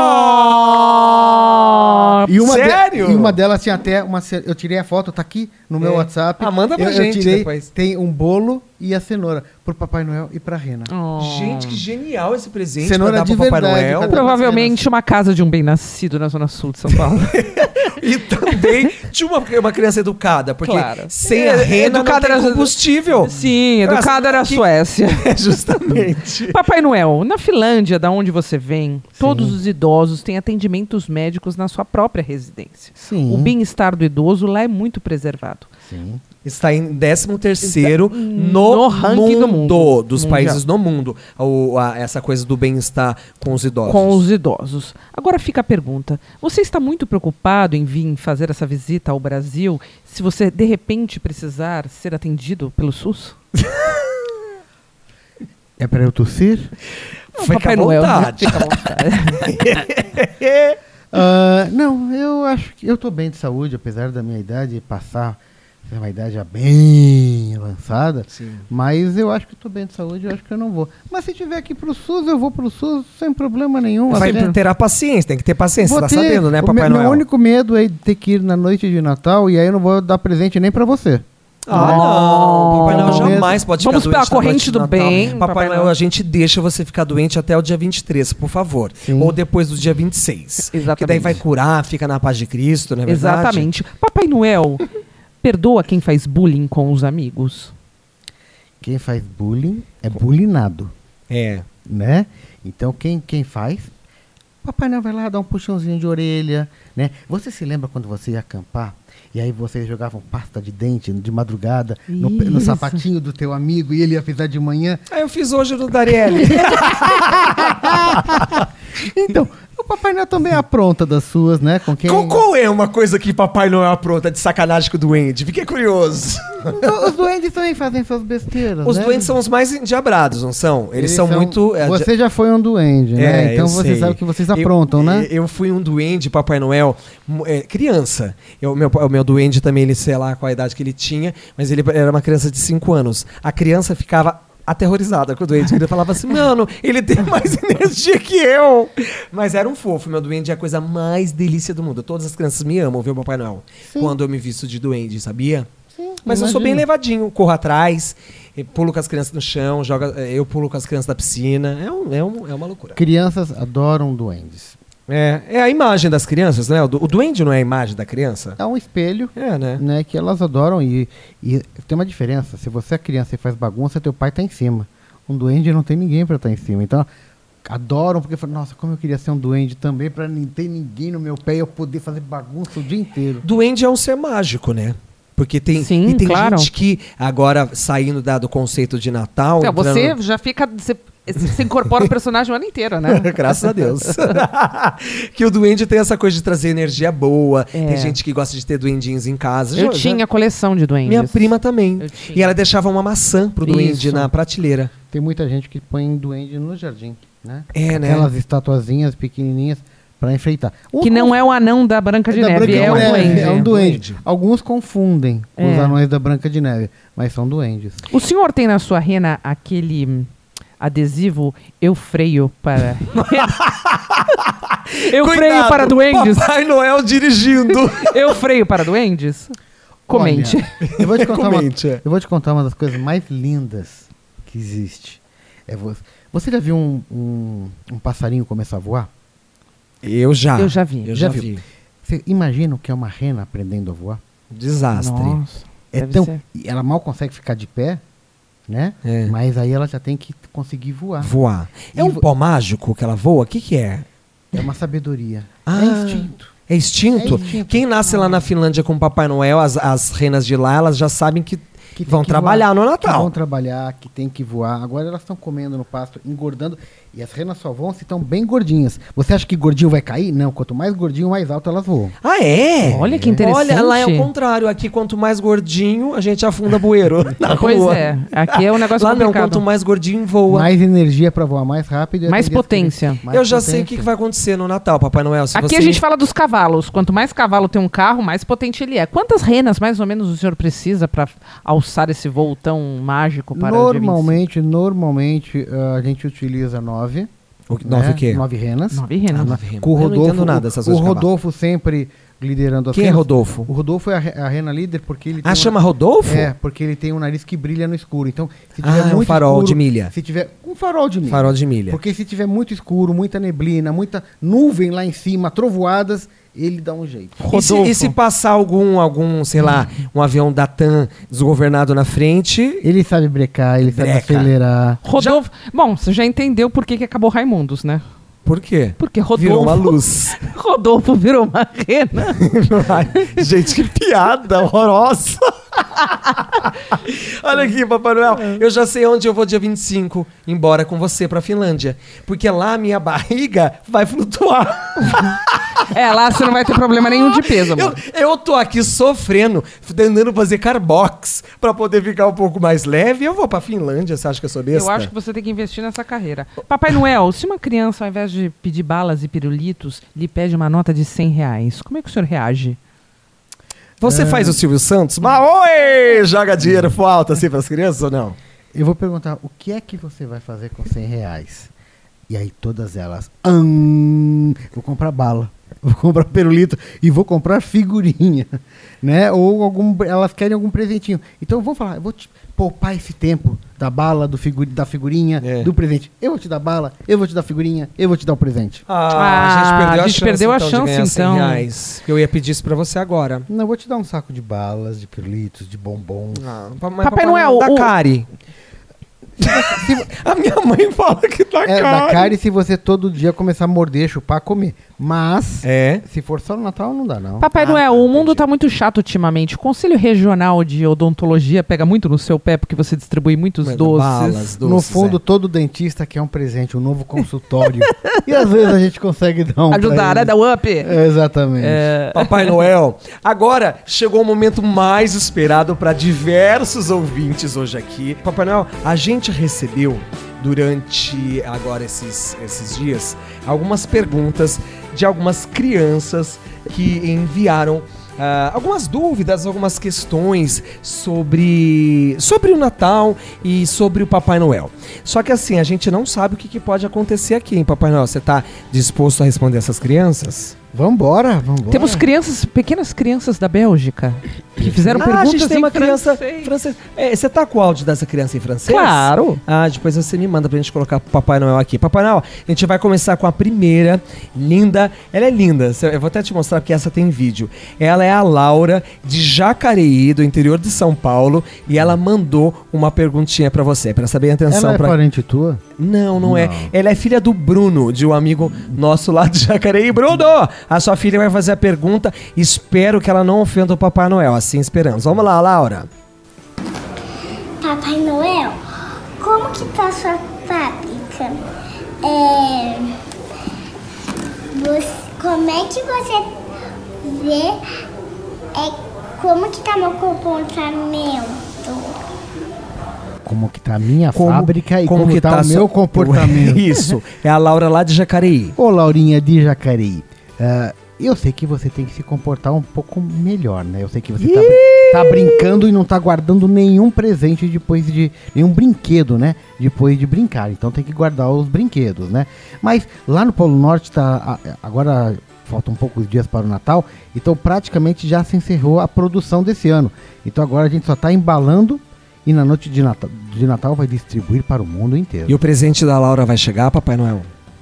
Speaker 4: E
Speaker 2: Sério?
Speaker 4: E uma delas tinha até eu tirei a foto, tá aqui no meu WhatsApp.
Speaker 2: Manda pra
Speaker 4: eu
Speaker 2: gente
Speaker 4: tirei,
Speaker 2: depois.
Speaker 4: Tem um bolo e a cenoura pro Papai Noel e pra Rena.
Speaker 3: Oh.
Speaker 2: Gente, que genial esse presente
Speaker 4: Cenoura
Speaker 2: pra dar
Speaker 4: de
Speaker 2: pro Papai
Speaker 4: verdade,
Speaker 2: Noel.
Speaker 4: pra-
Speaker 3: Provavelmente uma casa de um bem-nascido na zona sul de São Paulo.
Speaker 2: E também de uma criança educada, porque
Speaker 3: Claro.
Speaker 2: sem a rena
Speaker 3: Educada
Speaker 2: não tem
Speaker 3: era-
Speaker 2: combustível.
Speaker 3: Sim, educada era a
Speaker 2: Que-
Speaker 3: Suécia.
Speaker 2: Justamente.
Speaker 3: Papai Noel, na Finlândia, da onde você vem, todos os idosos têm atendimentos médicos na sua própria residência.
Speaker 4: Sim.
Speaker 3: O bem-estar do idoso lá é muito preservado.
Speaker 4: Sim.
Speaker 2: Está em 13º
Speaker 3: No
Speaker 2: no
Speaker 3: ranking do mundo.
Speaker 2: dos
Speaker 3: Mundial.
Speaker 2: países no mundo. Essa coisa do bem-estar com os idosos.
Speaker 3: Com os idosos. Agora fica a pergunta: você está muito preocupado em vir fazer essa visita ao Brasil se você de repente precisar ser atendido pelo SUS?
Speaker 4: É pra eu tossir?
Speaker 2: Fica à vontade.
Speaker 3: Fica à vontade.
Speaker 4: Não, eu acho que eu tô bem de saúde, apesar da minha idade passar. É uma idade já bem avançada,
Speaker 2: Sim.
Speaker 4: mas eu acho que eu tô bem de saúde, eu acho que eu não vou. Mas se tiver aqui pro SUS, eu vou pro SUS sem problema nenhum.
Speaker 2: Vai
Speaker 4: Assim,
Speaker 2: ter a paciência, tem que ter paciência.
Speaker 4: vou
Speaker 2: Você tá
Speaker 4: ter.
Speaker 2: sabendo, né,
Speaker 4: O
Speaker 2: Papai Noel?
Speaker 4: Meu único medo é de ter que ir na noite de Natal e aí eu não vou dar presente nem pra você.
Speaker 2: Ah, não. Papai Noel
Speaker 4: Não.
Speaker 2: jamais pode ficar
Speaker 3: Vamos
Speaker 2: doente
Speaker 3: pela
Speaker 2: na
Speaker 3: corrente
Speaker 2: noite de
Speaker 3: do
Speaker 2: Natal.
Speaker 3: bem,
Speaker 2: Papai
Speaker 3: Papai
Speaker 2: Noel,
Speaker 3: Noel.
Speaker 2: a gente deixa você ficar doente até o dia 23, por favor.
Speaker 4: Sim.
Speaker 2: Ou depois do dia 26.
Speaker 3: Exatamente.
Speaker 2: Que daí vai curar, fica na paz de Cristo, não é verdade?
Speaker 3: Exatamente. Papai Noel perdoa quem faz bullying com os amigos.
Speaker 4: Quem faz bullying é bullyingado,
Speaker 2: É.
Speaker 4: né? Então quem faz, Papai Noel vai lá dar um puxãozinho de orelha, né? Você se lembra quando você ia acampar e aí vocês jogavam pasta de dente de madrugada no
Speaker 3: Isso.
Speaker 4: sapatinho do teu amigo e ele ia pisar de manhã?
Speaker 2: Ah, eu fiz hoje no Darielle.
Speaker 4: Então, o Papai Noel também apronta das suas, né? Com quem...
Speaker 2: Qual é uma coisa que Papai Noel apronta de sacanagem com o duende? Fiquei curioso.
Speaker 4: Os duendes também fazem suas besteiras,
Speaker 2: Os
Speaker 4: né?
Speaker 2: duendes são os mais endiabrados, não são? Eles são muito...
Speaker 4: Você já foi um duende, né? Então
Speaker 2: eu
Speaker 4: você
Speaker 2: sei.
Speaker 4: sabe o que vocês aprontam, né?
Speaker 2: Eu fui um duende, Papai Noel, criança. O meu duende também, ele sei lá qual a idade que ele tinha, mas ele era uma criança de 5 anos. A criança ficava aterrorizada com o duende. Ele falava assim, mano, ele tem mais energia que eu. Mas era um fofo. Meu duende é a coisa mais delícia do mundo. Todas as crianças me amam, viu, Papai Noel?
Speaker 4: Sim.
Speaker 2: Quando eu me visto de duende, sabia?
Speaker 4: Sim,
Speaker 2: Mas eu sou bem
Speaker 4: imagino.
Speaker 2: levadinho, corro atrás, pulo com as crianças no chão, eu pulo com as crianças da piscina. É uma loucura.
Speaker 4: Crianças adoram duendes.
Speaker 2: É a imagem das crianças, né? O duende não é a imagem da criança?
Speaker 4: É um espelho,
Speaker 2: É, né?
Speaker 4: né? Que elas adoram e tem uma diferença. Se você é criança e faz bagunça, teu pai tá em cima. Um duende não tem ninguém pra estar em cima. Então, adoram porque falam, nossa, como eu queria ser um duende também pra não ter ninguém no meu pé e eu poder fazer bagunça o dia inteiro.
Speaker 2: Duende é um ser mágico, né? Porque tem,
Speaker 3: Sim,
Speaker 2: e tem
Speaker 3: claro.
Speaker 2: gente que, agora, saindo do conceito de Natal...
Speaker 3: Então, você
Speaker 2: entrando-
Speaker 3: já fica. Você incorpora o personagem o ano inteiro, né?
Speaker 2: Graças a Deus. Que o duende tem essa coisa de trazer energia boa.
Speaker 3: É.
Speaker 2: Tem gente que gosta de ter duendinhos em casa.
Speaker 3: Eu tinha coleção de duendes.
Speaker 2: Minha prima também.
Speaker 3: Eu tinha.
Speaker 2: E ela deixava uma maçã pro duende
Speaker 3: Isso.
Speaker 2: na prateleira.
Speaker 4: Tem muita gente que põe duende no jardim, né?
Speaker 2: É, né?
Speaker 4: Aquelas estatuazinhas pequenininhas Pra enfeitar.
Speaker 3: Que não é o anão da Branca de Neve, é um duende.
Speaker 4: É um duende. Alguns confundem com os anões da Branca de Neve, mas são duendes.
Speaker 3: O senhor tem na sua rena aquele adesivo eu freio para... eu freio para duendes.
Speaker 2: Papai Noel dirigindo.
Speaker 3: Eu freio para duendes? Comente.
Speaker 4: Olha, eu vou te contar
Speaker 2: Comente.
Speaker 4: eu vou te contar uma das coisas mais lindas que existe. Você já viu um passarinho começar a voar?
Speaker 2: Eu já
Speaker 3: vi.
Speaker 2: Eu já vi.
Speaker 4: Você imagina o que é uma rena aprendendo a voar?
Speaker 2: Desastre.
Speaker 3: Nossa,
Speaker 4: Ela mal consegue ficar de pé, né?
Speaker 2: É.
Speaker 4: Mas aí ela já tem que conseguir voar.
Speaker 2: Voar. É um pó mágico que ela voa? O que é?
Speaker 4: É uma sabedoria.
Speaker 2: Ah.
Speaker 4: É instinto.
Speaker 2: É instinto?
Speaker 4: É instinto.
Speaker 2: Quem nasce lá na Finlândia com o Papai Noel, as renas de lá, elas já sabem que
Speaker 4: Que tem
Speaker 2: vão
Speaker 4: que
Speaker 2: trabalhar
Speaker 4: voar,
Speaker 2: no Natal.
Speaker 4: Que vão trabalhar, que tem que voar. Agora elas estão comendo no pasto, engordando. E as renas só voam se estão bem gordinhas. Você acha que gordinho vai cair? Não. Quanto mais gordinho, mais alto elas voam.
Speaker 2: Ah, é?
Speaker 3: Olha que interessante.
Speaker 2: Olha, lá é o contrário. Aqui, quanto mais gordinho, a gente afunda bueiro na
Speaker 3: Pois
Speaker 2: rua.
Speaker 3: é, aqui é um negócio
Speaker 2: Lá não,
Speaker 3: complicado.
Speaker 2: quanto mais gordinho voa.
Speaker 4: Mais energia para voar mais rápido. e
Speaker 3: Mais
Speaker 4: atender as
Speaker 3: potência.
Speaker 4: crianças. Mais
Speaker 2: Eu já sei o
Speaker 4: potência.
Speaker 2: que vai acontecer no Natal, Papai Noel. Se
Speaker 3: Aqui
Speaker 2: você...
Speaker 3: a gente fala dos cavalos. Quanto mais cavalo tem um carro, mais potente ele é. Quantas renas, mais ou menos, o senhor precisa para alçar esse voo tão mágico para o dia 25?
Speaker 4: Normalmente a gente utiliza 9.
Speaker 2: Nove o quê?
Speaker 4: 9 renas.
Speaker 3: 9 renas.
Speaker 2: Nove renas.
Speaker 4: Com o
Speaker 2: Eu não
Speaker 4: Rodolfo,
Speaker 2: entendo nada dessas
Speaker 4: o
Speaker 2: coisas de cavalo.
Speaker 4: Rodolfo sempre liderando as
Speaker 2: Quem é
Speaker 4: renas.
Speaker 2: Rodolfo?
Speaker 4: O Rodolfo é a rena líder porque ele tem
Speaker 2: Chama Rodolfo?
Speaker 4: É, porque ele tem um nariz que brilha no escuro. Então, se tiver
Speaker 2: É um
Speaker 4: muito
Speaker 2: farol
Speaker 4: escuro,
Speaker 2: de milha.
Speaker 4: Se tiver um farol de milha.
Speaker 2: Farol de milha.
Speaker 4: Porque se tiver muito escuro, muita neblina, muita nuvem lá em cima, trovoadas, ele dá um jeito.
Speaker 2: E se passar algum, sei lá, um avião da TAM desgovernado na frente?
Speaker 4: Ele sabe brecar, ele sabe
Speaker 2: Breca.
Speaker 4: acelerar.
Speaker 3: Rodolfo. Bom, você já entendeu por que acabou Raimundos, né?
Speaker 2: Por quê?
Speaker 3: Porque Rodolfo.
Speaker 2: Virou uma luz.
Speaker 3: Rodolfo virou uma rena.
Speaker 2: Ai, gente, que piada horrorosa. Olha aqui, Papai Noel. Eu já sei onde eu vou dia 25 embora com você pra Finlândia. Porque lá a minha barriga vai flutuar.
Speaker 3: É, lá você não vai ter problema nenhum de peso, amor.
Speaker 2: Eu tô aqui sofrendo, tentando fazer carbox pra poder ficar um pouco mais leve. Eu vou pra Finlândia, você acha que eu sou besta?
Speaker 3: Eu acho que você tem que investir nessa carreira. Papai Noel, se uma criança, ao invés de pedir balas e pirulitos, lhe pede uma nota de R$100, como é que o senhor reage?
Speaker 2: Você faz o Silvio Santos? Mas oi! Joga dinheiro falta assim pras crianças ou não?
Speaker 4: Eu vou perguntar, o que é que você vai fazer com R$100? E aí todas elas, vou comprar bala, vou comprar pirulito e vou comprar figurinha, né? Ou elas querem algum presentinho. Então vamos falar, eu vou te poupar esse tempo da bala, da figurinha, do presente. Eu vou te dar bala, eu vou te dar figurinha, eu vou te dar o presente.
Speaker 2: A gente perdeu a chance,
Speaker 3: de ganhar
Speaker 2: R$100. Eu ia pedir isso pra você agora.
Speaker 4: Não, eu vou te dar um saco de balas, de pirulitos, de bombons.
Speaker 3: Papai Noel,
Speaker 2: da Cari. A minha mãe fala que tá
Speaker 4: Da
Speaker 2: caro.
Speaker 4: Cari se você todo dia começar a morder, chupar, comer. Mas, se for só no Natal, não dá não.
Speaker 3: Papai Noel, o mundo tá muito chato ultimamente. O Conselho Regional de Odontologia pega muito no seu pé porque você distribui muitos doces.
Speaker 2: Balas,
Speaker 4: No fundo, todo dentista quer um presente, um novo consultório. E às vezes a gente consegue dar um
Speaker 3: Ajudar,
Speaker 4: pra
Speaker 3: né?
Speaker 4: ele.
Speaker 3: Dar o up.
Speaker 4: Exatamente.
Speaker 2: Papai Noel. Agora chegou o momento mais esperado para diversos ouvintes hoje aqui. Papai Noel, a gente recebeu durante agora esses dias algumas perguntas de algumas crianças que enviaram algumas dúvidas, algumas questões sobre o Natal e sobre o Papai Noel. Só que assim, a gente não sabe o que pode acontecer aqui, hein, Papai Noel? Você tá disposto a responder essas crianças?
Speaker 4: Vambora.
Speaker 3: Temos pequenas crianças da Bélgica que fizeram perguntas
Speaker 2: a gente tem uma criança
Speaker 3: francês.
Speaker 2: francesa. Você tá com o áudio dessa criança em francês?
Speaker 3: Claro.
Speaker 2: Depois você me manda pra gente colocar o Papai Noel aqui. Papai Noel, a gente vai começar com a primeira, linda. Ela é linda, eu vou até te mostrar porque essa tem vídeo. Ela é a Laura, de Jacareí, do interior de São Paulo, e ela mandou uma perguntinha pra você, pra saber a atenção.
Speaker 4: Ela é parente tua?
Speaker 2: Não é. Ela é filha do Bruno, de um amigo nosso lá de Jacareí. Bruno, a sua filha vai fazer a pergunta. Espero que ela não ofenda o Papai Noel. Assim esperamos. Vamos lá, Laura.
Speaker 5: Papai Noel, como que tá a sua fábrica? Como é que você vê como que tá meu comportamento?
Speaker 4: Como que tá a minha
Speaker 2: Como-
Speaker 4: fábrica e
Speaker 2: como
Speaker 4: como
Speaker 2: que
Speaker 4: tá
Speaker 2: tá
Speaker 4: o
Speaker 2: sua-
Speaker 4: meu comportamento.
Speaker 2: Isso, é a Laura lá de Jacareí.
Speaker 4: Ô, Laurinha de Jacareí, eu sei que você tem que se comportar um pouco melhor, né? Eu sei que você tá brincando e não tá guardando nenhum presente depois de... Nenhum brinquedo, né? Depois de brincar. Então tem que guardar os brinquedos, né? Mas lá no Polo Norte agora faltam poucos dias para o Natal, então praticamente já se encerrou a produção desse ano. Então agora a gente só tá embalando e na noite de Natal vai distribuir para o mundo inteiro.
Speaker 2: E o presente da Laura vai chegar, Papai Noel?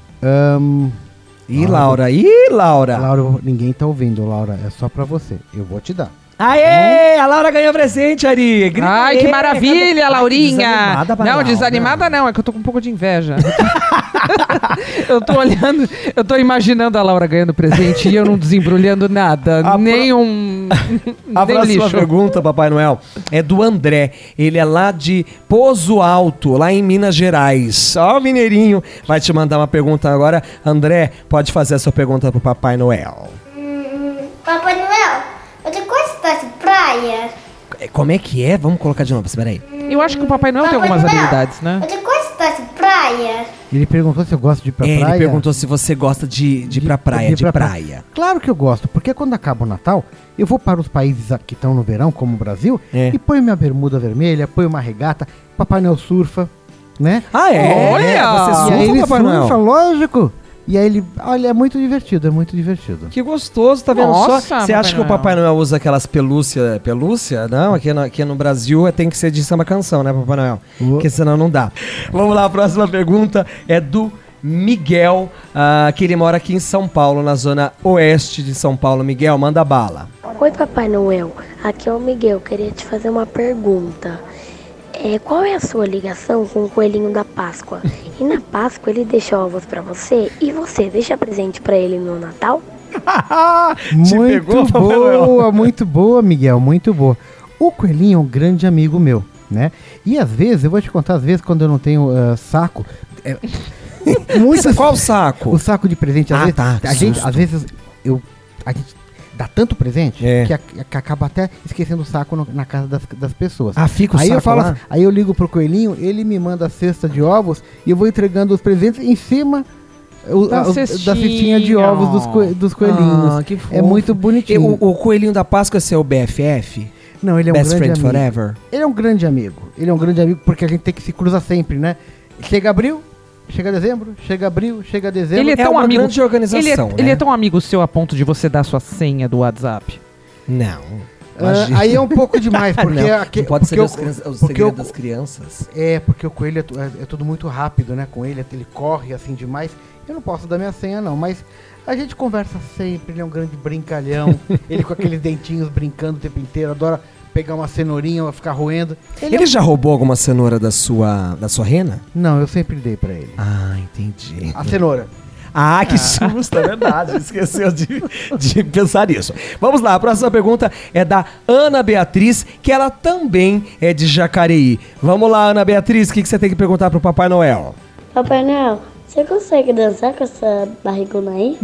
Speaker 2: Ih, Laura, Laura.
Speaker 4: Laura, ninguém tá ouvindo, Laura, é só pra você. Eu vou te dar.
Speaker 2: Aê, a Laura ganhou presente, Ari. Grita
Speaker 3: Ai,
Speaker 2: aí.
Speaker 3: que maravilha,
Speaker 2: Ai,
Speaker 3: Laurinha.
Speaker 2: desanimada,
Speaker 3: Não,
Speaker 2: Laura.
Speaker 3: desanimada não, é que eu tô com um pouco de inveja. Eu tô olhando, eu tô imaginando a Laura ganhando presente e eu não desembrulhando nada, nem
Speaker 2: A
Speaker 3: nem
Speaker 2: próxima
Speaker 3: lixo.
Speaker 2: pergunta, Papai Noel, é do André. Ele é lá de Pozo Alto, lá em Minas Gerais. Ó, o mineirinho vai te mandar uma pergunta agora. André, pode fazer a sua pergunta pro Papai Noel.
Speaker 5: Papai Noel, você gosta de praia?
Speaker 2: Como é que é? Vamos colocar de novo, espera aí.
Speaker 3: Eu acho que o Papai Noel tem
Speaker 5: Papai
Speaker 3: algumas
Speaker 5: Noel,
Speaker 3: habilidades, né?
Speaker 5: Você gosta de praia?
Speaker 4: Ele perguntou se eu gosto de ir pra praia.
Speaker 2: Ele perguntou se você gosta de ir pra praia, de praia.
Speaker 4: Claro que eu gosto, porque quando acaba o Natal, eu vou para os países que estão no verão, como o Brasil, e ponho minha bermuda vermelha, ponho uma regata, Papai Noel surfa, né?
Speaker 2: Ah, é?
Speaker 3: Olha!
Speaker 2: Você
Speaker 4: E aí
Speaker 2: surfa,
Speaker 4: ele
Speaker 2: Papai
Speaker 4: surfa,
Speaker 2: Noel?
Speaker 4: lógico. E aí ele, olha, é muito divertido, é muito divertido.
Speaker 2: Que gostoso, tá vendo
Speaker 3: Nossa,
Speaker 2: só? Você acha que o Papai Noel usa aquelas pelúcia? Pelúcia? Não, aqui no Brasil tem que ser de samba canção, né, Papai Noel? Porque senão não dá. Vamos lá, a próxima pergunta é do Miguel, que ele mora aqui em São Paulo, na zona oeste de São Paulo. Miguel, manda bala.
Speaker 6: Oi, Papai Noel. Aqui é o Miguel. Queria te fazer uma pergunta. Qual é a sua ligação com o coelhinho da Páscoa? E na Páscoa ele deixa ovos pra você e você deixa presente pra ele no Natal?
Speaker 4: Muito boa, muito boa, Miguel, muito boa. O coelhinho é um grande amigo meu, né? E às vezes, eu vou te contar, às vezes quando eu não tenho saco...
Speaker 2: Qual saco?
Speaker 4: O saco de presente, às vezes,
Speaker 2: tá,
Speaker 4: a gente,
Speaker 2: susto.
Speaker 4: às vezes a gente dá tanto presente que acaba até esquecendo o saco na casa das pessoas.
Speaker 2: Ah, fica o
Speaker 4: aí
Speaker 2: saco
Speaker 4: eu falo
Speaker 2: lá?
Speaker 4: assim, aí eu ligo pro coelhinho, ele me manda a cesta de ovos e eu vou entregando os presentes em cima da cestinha de ovos dos coelhinhos.
Speaker 2: Ah, que fofo.
Speaker 4: É muito bonitinho.
Speaker 2: O coelhinho da Páscoa é seu BFF?
Speaker 4: Não, ele é um
Speaker 2: Best
Speaker 4: grande
Speaker 2: friend
Speaker 4: amigo.
Speaker 2: forever?
Speaker 4: Ele é um grande amigo. Ele é um grande amigo porque a gente tem que se cruzar sempre, né? Chega abril, chega dezembro, chega abril, chega dezembro.
Speaker 3: Ele é tão
Speaker 2: uma
Speaker 3: amigo,
Speaker 2: grande organização,
Speaker 3: ele
Speaker 2: né?
Speaker 3: é tão amigo seu a ponto de você dar sua senha do WhatsApp?
Speaker 2: Não.
Speaker 4: Aí é um pouco demais, porque...
Speaker 2: Não pode ser o
Speaker 4: porque
Speaker 2: segredo das crianças.
Speaker 4: Porque o coelho é tudo muito rápido, né? Com ele corre assim demais. Eu não posso dar minha senha, não, mas a gente conversa sempre, ele é um grande brincalhão. Ele com aqueles dentinhos brincando o tempo inteiro, adora pegar uma cenourinha, ficar roendo.
Speaker 2: Ele já roubou alguma cenoura da sua rena?
Speaker 4: Não, eu sempre dei pra ele.
Speaker 2: Ah, entendi.
Speaker 4: A cenoura.
Speaker 2: Ah, que susto, é verdade. Esqueceu de pensar nisso. Vamos lá, a próxima pergunta é da Ana Beatriz, que ela também é de Jacareí. Vamos lá, Ana Beatriz, o que você tem que perguntar pro Papai Noel?
Speaker 6: Papai Noel, você consegue dançar com essa barrigona aí?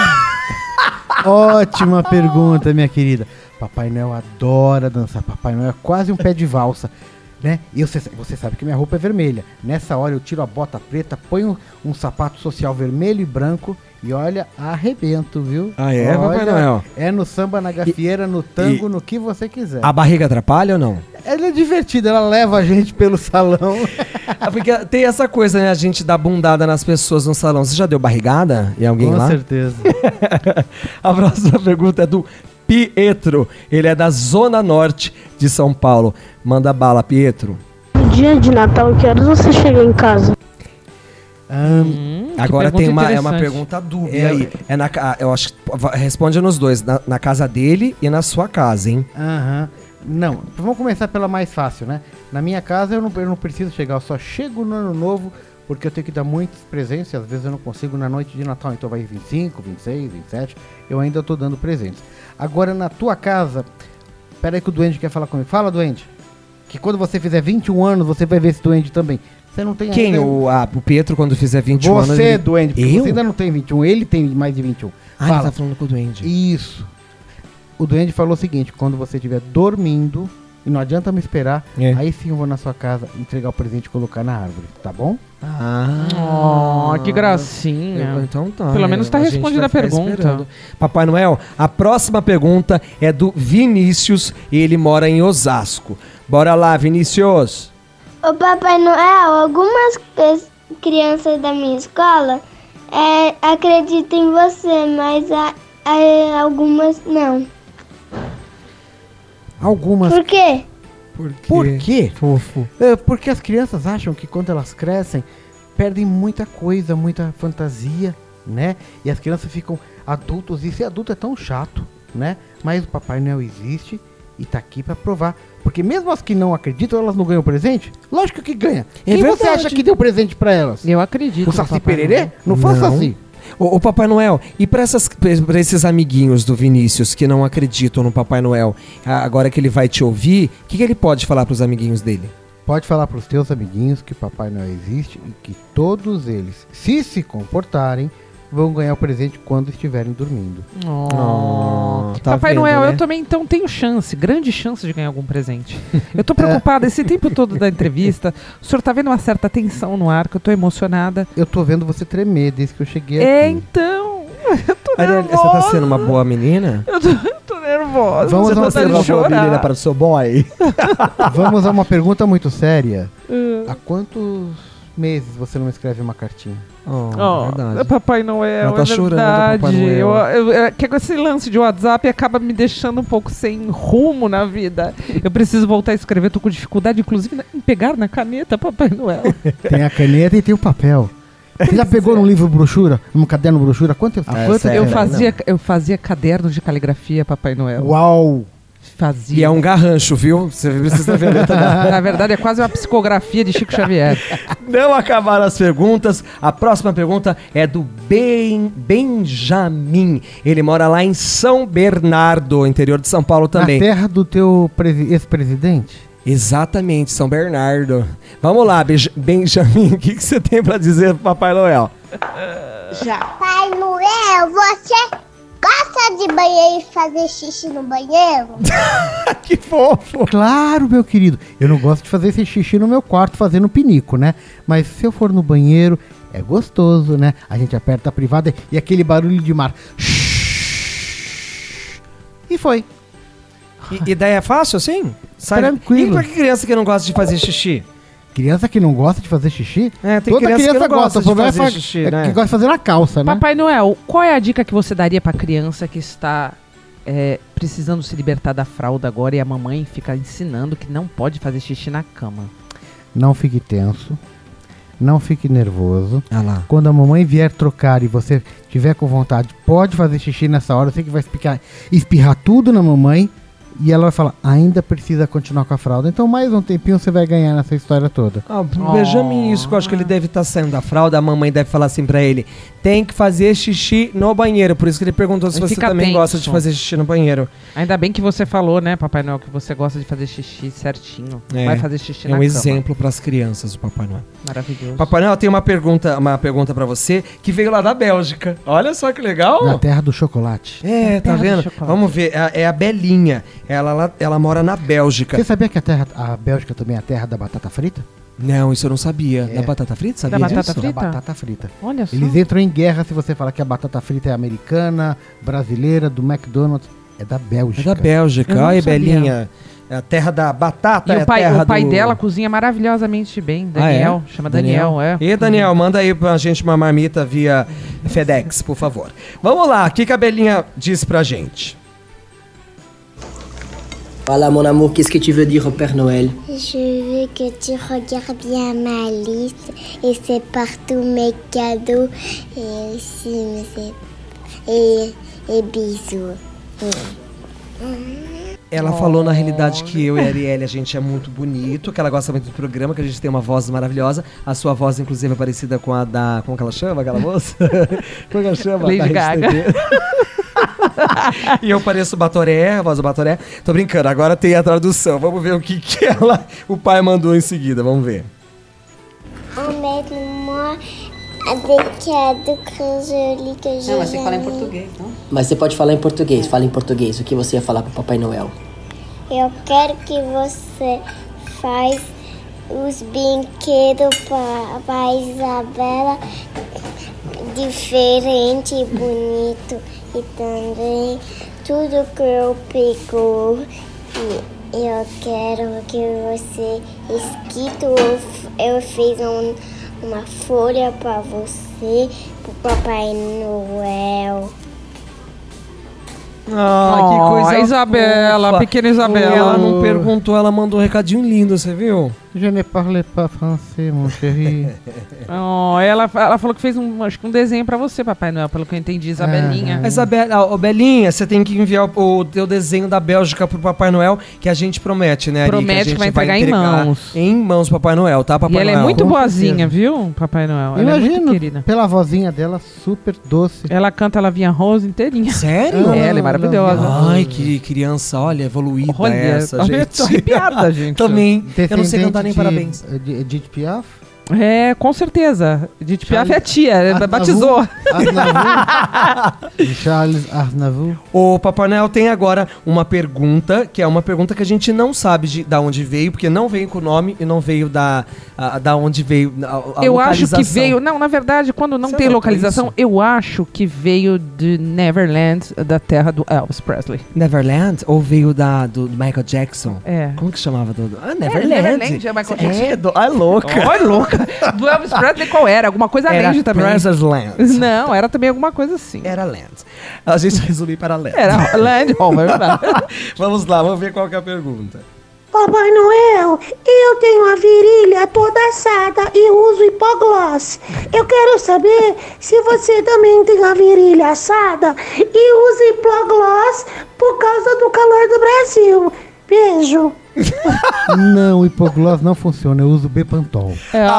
Speaker 4: Ótima pergunta, minha querida. Papai Noel adora dançar. Papai Noel é quase um pé de valsa, né? E você sabe que minha roupa é vermelha. Nessa hora eu tiro a bota preta, ponho um sapato social vermelho e branco e olha, arrebento, viu?
Speaker 2: Ah, é,
Speaker 4: olha,
Speaker 2: Papai Noel?
Speaker 4: É no samba, na gafieira, no tango, no que você quiser.
Speaker 2: A barriga atrapalha ou não?
Speaker 4: Ela é divertida, ela leva a gente pelo salão.
Speaker 2: Porque tem essa coisa, né? A gente dá bundada nas pessoas no salão. Você já deu barrigada em alguém lá?
Speaker 4: Com certeza.
Speaker 2: A próxima pergunta é do Pietro. Ele é da Zona Norte de São Paulo. Manda bala, Pietro.
Speaker 6: No dia de Natal, que horas você chega em casa?
Speaker 2: Agora
Speaker 3: pergunta
Speaker 2: tem uma
Speaker 3: interessante.
Speaker 2: pergunta dúbia aí. Eu acho que responde nos dois. Na casa dele e na sua casa, hein?
Speaker 4: Aham. Não, vamos começar pela mais fácil, né? Na minha casa eu não preciso chegar, eu só chego no ano novo porque eu tenho que dar muitos presentes e às vezes eu não consigo na noite de Natal, então vai 25, 26, 27, eu ainda tô dando presentes. Agora na tua casa, pera aí que o Duende quer falar comigo. Fala, Duende. Que quando você fizer 21 anos, você vai ver esse Duende também. Você não tem
Speaker 2: Quem?
Speaker 4: ainda...
Speaker 2: O Pietro, quando fizer 21 anos...
Speaker 4: Você, Duende, porque
Speaker 2: Eu?
Speaker 4: você ainda não tem 21, ele tem mais de 21.
Speaker 2: Ah, ele
Speaker 4: Fala.
Speaker 2: tá falando com o Duende.
Speaker 4: Isso. O Duende falou o seguinte, quando você estiver dormindo, e não adianta me esperar.
Speaker 2: É.
Speaker 4: Aí sim eu vou na sua casa entregar o presente e colocar na árvore, tá bom?
Speaker 3: Que gracinha.
Speaker 2: Então tá.
Speaker 3: Pelo menos tá
Speaker 2: a gente
Speaker 3: respondida
Speaker 2: vai
Speaker 3: a
Speaker 2: ficar
Speaker 3: pergunta.
Speaker 2: esperando. Papai Noel, a próxima pergunta é do Vinícius. Ele mora em Osasco. Bora lá, Vinícius.
Speaker 5: Ô Papai Noel, algumas crianças da minha escola acreditam em você, mas algumas não.
Speaker 4: Algumas.
Speaker 5: Por quê?
Speaker 4: Por quê?
Speaker 2: Fofo.
Speaker 4: Porque as crianças acham que quando elas crescem, perdem muita coisa, muita fantasia, né? E as crianças ficam adultos, e ser adulto é tão chato, né? Mas o Papai Noel existe e tá aqui pra provar. Porque mesmo as que não acreditam, elas não ganham presente? Lógico que ganha.
Speaker 2: É
Speaker 4: Quem você
Speaker 2: verdade.
Speaker 4: acha que deu presente pra elas?
Speaker 3: Eu acredito.
Speaker 4: O
Speaker 3: no
Speaker 4: Saci
Speaker 3: Papai
Speaker 4: Pererê?
Speaker 3: Noel.
Speaker 4: Não faça
Speaker 2: Não.
Speaker 4: assim.
Speaker 2: Ô Papai Noel, e pra esses amiguinhos do Vinícius que não acreditam no Papai Noel, agora que ele vai te ouvir, o que ele pode falar pros amiguinhos dele?
Speaker 4: Pode falar pros teus amiguinhos que Papai Noel existe e que todos eles, se comportarem, vão ganhar o presente quando estiverem dormindo.
Speaker 2: Tá
Speaker 3: Papai
Speaker 2: vendo,
Speaker 3: Noel,
Speaker 2: né?
Speaker 3: eu também então tenho grande chance de ganhar algum presente. Eu tô preocupada esse tempo todo da entrevista. O senhor tá vendo uma certa tensão no ar, que eu tô emocionada.
Speaker 4: Eu tô vendo você tremer desde que eu cheguei
Speaker 3: É,
Speaker 4: aqui.
Speaker 3: então. Eu tô
Speaker 2: Ariel,
Speaker 3: nervosa.
Speaker 2: você tá sendo uma boa menina?
Speaker 3: Eu tô nervosa.
Speaker 4: Vamos
Speaker 3: você
Speaker 4: a uma
Speaker 3: tá de
Speaker 4: boa
Speaker 3: chorar.
Speaker 2: para o seu boy?
Speaker 4: Vamos a uma pergunta muito séria. Há quantos meses você não escreve uma cartinha?
Speaker 3: Oh,
Speaker 2: verdade.
Speaker 3: Papai Noel,
Speaker 2: Ela tá
Speaker 3: é
Speaker 2: chorando,
Speaker 3: verdade.
Speaker 2: Papai Noel.
Speaker 3: Que esse lance de WhatsApp acaba me deixando um pouco sem rumo na vida. Eu preciso voltar a escrever, tô com dificuldade, inclusive, em pegar na caneta, Papai Noel.
Speaker 4: Tem a caneta e tem o papel. Você já pegou num livro brochura, num caderno brochura? Quanto tempo?
Speaker 2: sério?
Speaker 3: Eu fazia caderno de caligrafia, Papai Noel.
Speaker 4: Uau!
Speaker 3: Fazia.
Speaker 2: E é um garrancho, viu? Você precisa ver.
Speaker 3: Na verdade, é quase uma psicografia de Chico Xavier.
Speaker 2: Não acabaram as perguntas. A próxima pergunta é do Benjamin. Ele mora lá em São Bernardo, interior de São Paulo também.
Speaker 4: Na terra do teu ex-presidente?
Speaker 2: Exatamente, São Bernardo. Vamos lá, Benjamin, o que você tem pra dizer pro Papai Noel?
Speaker 5: Papai Noel, você gosta de banheiro e fazer xixi no banheiro?
Speaker 2: Que fofo!
Speaker 4: Claro, meu querido. Eu não gosto de fazer esse xixi no meu quarto fazendo pinico, né? Mas se eu for no banheiro, é gostoso, né? A gente aperta a privada e aquele barulho de mar. E foi.
Speaker 2: E daí é fácil assim?
Speaker 4: Tranquilo.
Speaker 2: E pra que criança que não gosta de fazer xixi?
Speaker 4: Criança que não gosta de fazer xixi?
Speaker 2: É, tem
Speaker 4: Toda
Speaker 2: criança que não gosta
Speaker 4: O
Speaker 2: de
Speaker 4: problema
Speaker 2: fazer
Speaker 4: é
Speaker 2: xixi,
Speaker 4: é
Speaker 2: né?
Speaker 4: que gosta de fazer na calça, né?
Speaker 3: Papai Noel, qual é a dica que você daria pra criança que está precisando se libertar da fralda agora e a mamãe fica ensinando que não pode fazer xixi na cama?
Speaker 4: Não fique tenso. Não fique nervoso.
Speaker 2: Ah lá.
Speaker 4: Quando a mamãe vier trocar e você tiver com vontade, pode fazer xixi nessa hora. Eu sei que vai espirrar tudo na mamãe. E ela vai falar, ainda precisa continuar com a fralda. Então mais um tempinho você vai ganhar nessa história toda.
Speaker 2: Benjamin, isso que eu acho que ele deve estar saindo da fralda. A mamãe deve falar assim pra ele: tem que fazer xixi no banheiro. Por isso que ele perguntou se
Speaker 3: Ele
Speaker 2: você
Speaker 3: fica
Speaker 2: também
Speaker 3: tenso.
Speaker 2: gosta de fazer xixi no banheiro.
Speaker 3: Ainda bem que você falou, né, Papai Noel, que você gosta de fazer xixi certinho.
Speaker 2: É,
Speaker 3: Vai fazer xixi na
Speaker 2: É um
Speaker 3: cama.
Speaker 2: exemplo pras crianças, o Papai Noel.
Speaker 3: Maravilhoso.
Speaker 2: Papai Noel, tem uma pergunta pra você que veio lá da Bélgica. Olha só que legal.
Speaker 4: Na terra do chocolate.
Speaker 2: É, tá
Speaker 3: terra do
Speaker 2: vendo?
Speaker 3: chocolate.
Speaker 2: Vamos ver. É a Belinha. Ela mora na Bélgica.
Speaker 4: Você sabia que a Bélgica também é a terra da batata frita?
Speaker 2: Não, isso eu não sabia.
Speaker 4: É.
Speaker 2: Da batata frita? Sabia
Speaker 3: Da batata
Speaker 2: disso?
Speaker 3: frita?
Speaker 4: Da batata frita.
Speaker 3: Olha só.
Speaker 4: Eles entram em guerra se você falar que a batata frita é americana, brasileira, do McDonald's. É da
Speaker 2: É
Speaker 4: Bélgica.
Speaker 2: da Bélgica.
Speaker 3: Eu não
Speaker 2: Olha,
Speaker 3: sabia.
Speaker 2: É a terra da batata.
Speaker 3: E
Speaker 2: é a
Speaker 3: o pai
Speaker 2: terra do...
Speaker 3: dela cozinha maravilhosamente bem. Daniel.
Speaker 2: Ah, é?
Speaker 3: Chama Daniel, é.
Speaker 2: E Daniel, manda aí pra gente uma marmita via FedEx, por favor. Vamos lá, o que a Belinha disse pra gente?
Speaker 7: Voilà mon amour, qu'est-ce que tu veux dire au Père Noël?
Speaker 5: Je veux que tu regardes bien ma liste et sépares tous mes cadeaux et aussi et bisous.
Speaker 2: Ela falou na realidade que eu e a Arielle, a gente é muito bonito, que ela gosta muito do programa, que a gente tem uma voz maravilhosa. A sua voz, inclusive, é parecida com a da... Como que ela chama, aquela moça? Como que ela chama?
Speaker 3: Lady
Speaker 2: Da Rede
Speaker 3: Gaga.
Speaker 2: TV. E eu pareço o Batoré, a voz do Batoré. Tô brincando, agora tem a tradução. Vamos ver o que o pai mandou em seguida, vamos ver.
Speaker 5: Emmène-moi des cadeaux très jolis que j'ai.
Speaker 7: Não, mas você fala em português, não? Mas você pode falar em português. Fala em português. O que você ia falar pro Papai Noel?
Speaker 5: Eu quero que você faz os brinquedos para Isabela diferente e bonito. E também tudo que eu pego. Eu quero que você escrito. Eu fiz uma folha para você, para Papai Noel.
Speaker 2: Que coisa
Speaker 3: Isabela,
Speaker 2: fofa.
Speaker 3: pequena Isabela.
Speaker 2: Ela não perguntou, ela mandou um recadinho lindo, você viu?
Speaker 4: Je ne parle pas français, mon chéri.
Speaker 3: Ela falou que fez acho que um desenho pra você, Papai Noel, pelo que eu entendi, Isabelinha.
Speaker 2: Isabela, Belinha, você tem que enviar o teu desenho da Bélgica pro Papai Noel, que a gente promete, né, Ari?
Speaker 3: Promete
Speaker 2: que a gente
Speaker 3: que vai entregar em mãos.
Speaker 2: Em mãos, Papai Noel, tá, Papai
Speaker 3: E ela
Speaker 2: Noel?
Speaker 3: é muito
Speaker 4: Com
Speaker 3: boazinha,
Speaker 4: certeza.
Speaker 3: viu, Papai Noel? Ela é muito
Speaker 4: Imagino,
Speaker 3: querida.
Speaker 4: pela vozinha dela, super doce.
Speaker 3: Ela canta a Lavinha Rose inteirinha.
Speaker 2: Sério?
Speaker 3: Ela é maravilhosa.
Speaker 2: Ai, que criança, olha, evoluída
Speaker 3: Olha,
Speaker 2: essa,
Speaker 3: eu
Speaker 2: gente.
Speaker 3: tô arrepiada, gente.
Speaker 2: Também. Eu não sei
Speaker 4: Descendente
Speaker 2: cantar nem
Speaker 4: de
Speaker 2: parabéns.
Speaker 4: Edith Piaf?
Speaker 3: É, com certeza. Edith Piaf é a tia,
Speaker 4: Aznavour?
Speaker 3: batizou.
Speaker 4: Charles Aznavour.
Speaker 2: O Papai Noel tem agora uma pergunta, que é uma pergunta que a gente não sabe da onde veio, porque não veio com o nome e não veio da onde veio a
Speaker 3: Eu acho que
Speaker 2: localização.
Speaker 3: veio... Não, na verdade, quando não
Speaker 2: Você
Speaker 3: tem
Speaker 2: nota
Speaker 3: localização,
Speaker 2: isso?
Speaker 3: eu acho que veio de Neverland, da terra do Elvis Presley.
Speaker 2: Neverland? Ou veio do Michael Jackson?
Speaker 3: É.
Speaker 2: Como que chamava?
Speaker 3: Neverland, é o Michael Jackson.
Speaker 2: Ai, louca.
Speaker 3: Olha, louca. Do Elvis Presley qual era? Alguma coisa
Speaker 2: Era
Speaker 3: Land também.
Speaker 2: Presley's Land.
Speaker 3: Não, era também alguma coisa assim.
Speaker 2: Era Land. A gente resumiu para Land.
Speaker 3: Era Land Rover.
Speaker 2: Vamos lá, vamos ver qual que é a pergunta.
Speaker 8: Papai Noel, eu tenho a virilha toda assada e uso hipogloss. Eu quero saber se você também tem a virilha assada e usa hipogloss por causa do calor do Brasil. Beijo.
Speaker 4: Não, o hipogloss não funciona, eu uso Bepantol.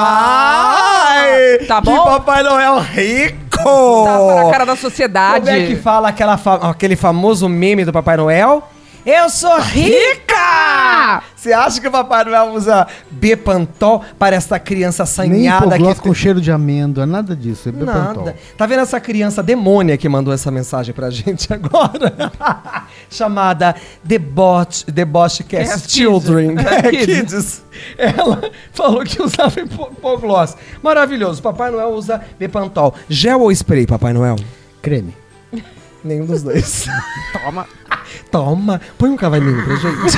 Speaker 2: Ai!
Speaker 3: Tá
Speaker 2: Que
Speaker 3: bom?
Speaker 2: Papai Noel rico!
Speaker 3: Tapa na cara da sociedade.
Speaker 2: Como é que fala aquele famoso meme do Papai Noel? Eu sou rica! Você acha que o Papai Noel usa Bepantol para essa criança
Speaker 4: Nem
Speaker 2: assanhada
Speaker 4: hipogloss
Speaker 2: que...
Speaker 4: com cheiro de amêndoa, nada disso, é Bepantol.
Speaker 2: Nada. Tá vendo essa criança demônia que mandou essa mensagem pra gente agora? Chamada Deboche Cast Children. Kids. Ela falou que usava hipogloss. Maravilhoso. Papai Noel usa Bepantol. Gel ou spray, Papai Noel?
Speaker 4: Creme.
Speaker 2: Nenhum dos dois. Toma. Põe um cavalinho pra gente.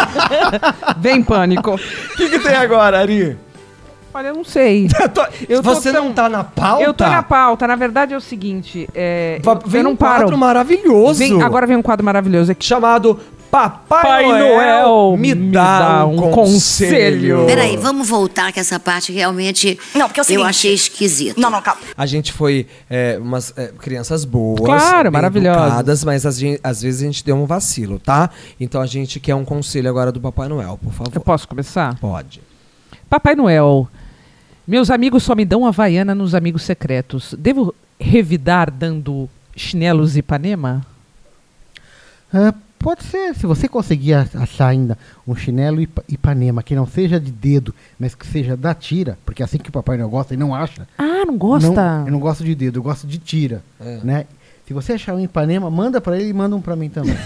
Speaker 3: Vem pânico.
Speaker 2: O que tem agora, Ari?
Speaker 3: Olha, eu não sei.
Speaker 2: Você não tá na pauta?
Speaker 3: Eu tô na pauta. Na verdade é o seguinte,
Speaker 2: Vem
Speaker 3: eu não
Speaker 2: um quadro
Speaker 3: paro.
Speaker 2: maravilhoso.
Speaker 3: Agora vem um quadro maravilhoso aqui.
Speaker 2: Chamado Papai Noel me dá um conselho.
Speaker 9: Peraí, vamos voltar que essa parte realmente
Speaker 10: Não, porque é o seguinte...
Speaker 9: eu achei esquisito.
Speaker 10: Não, calma.
Speaker 2: A gente foi umas crianças boas,
Speaker 3: Claro,
Speaker 2: bem
Speaker 3: maravilhosas.
Speaker 2: educadas, mas às vezes a gente deu um vacilo, tá? Então a gente quer um conselho agora do Papai Noel, por favor.
Speaker 3: Eu posso começar?
Speaker 2: Pode.
Speaker 3: Papai Noel, meus amigos só me dão Havaiana nos amigos secretos. Devo revidar dando chinelos Ipanema?
Speaker 4: Pode ser, se você conseguir achar ainda um chinelo Ipanema que não seja de dedo, mas que seja da tira, porque é assim que o Papai Noel gosta e não acha.
Speaker 3: Ah, não gosta?
Speaker 4: Eu não gosto de dedo, eu gosto de tira, né? Se você achar um Ipanema, manda pra ele e manda um pra mim também.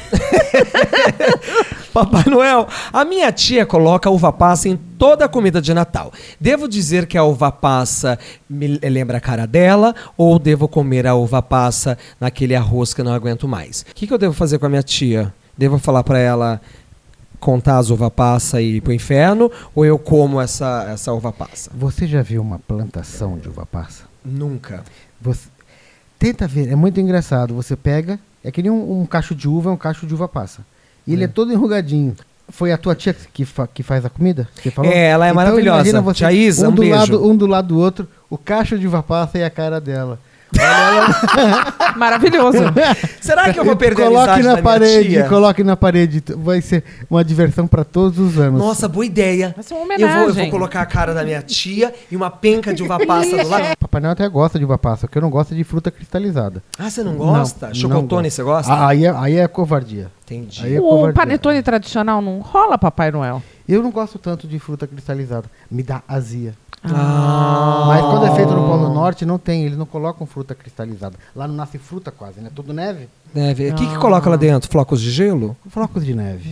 Speaker 2: Papai Noel, a minha tia coloca uva passa em toda a comida de Natal. Devo dizer que a uva passa me lembra a cara dela ou devo comer a uva passa naquele arroz que eu não aguento mais? O que eu devo fazer com a minha tia? Devo falar pra ela contar as uva passa e ir pro inferno ou eu como essa uva passa?
Speaker 4: Você já viu uma plantação de uva passa?
Speaker 2: Nunca.
Speaker 4: Tenta ver, é muito engraçado. Você pega, é que nem um cacho de uva, é um cacho de uva passa. E ele é todo enrugadinho. Foi a tua tia que faz a comida? Você falou?
Speaker 2: Ela é maravilhosa.
Speaker 4: Imagina você,
Speaker 2: Tia Isa, um beijo.
Speaker 4: um do lado do outro, o cacho de uva passa e a cara dela.
Speaker 3: Maravilhoso.
Speaker 2: Será que eu vou perder
Speaker 4: Coloque
Speaker 2: a amizade
Speaker 4: na
Speaker 2: da
Speaker 4: parede,
Speaker 2: minha tia?
Speaker 4: coloque na parede. Vai ser uma diversão pra todos os anos.
Speaker 2: Nossa, boa ideia.
Speaker 3: Vai ser uma homenagem.
Speaker 2: Eu vou colocar a cara da minha tia e uma penca de uva passa do lado.
Speaker 4: Papai Noel até gosta de uva passa, porque eu não gosto de fruta cristalizada.
Speaker 2: Ah, você não gosta?
Speaker 4: Não,
Speaker 2: Chocotone,
Speaker 4: não
Speaker 2: você gosta?
Speaker 4: Aí é covardia.
Speaker 2: Entendi.
Speaker 4: Aí é
Speaker 3: O
Speaker 4: covardia.
Speaker 3: panetone tradicional não rola, Papai Noel?
Speaker 4: Eu não gosto tanto de fruta cristalizada. Me dá azia.
Speaker 2: Ah.
Speaker 4: Mas quando é feito no Polo Norte, não tem. Eles não colocam fruta cristalizada. Lá não nasce fruta quase, né? Tudo neve.
Speaker 2: Neve. O que coloca lá dentro? Flocos de gelo?
Speaker 4: Flocos de neve.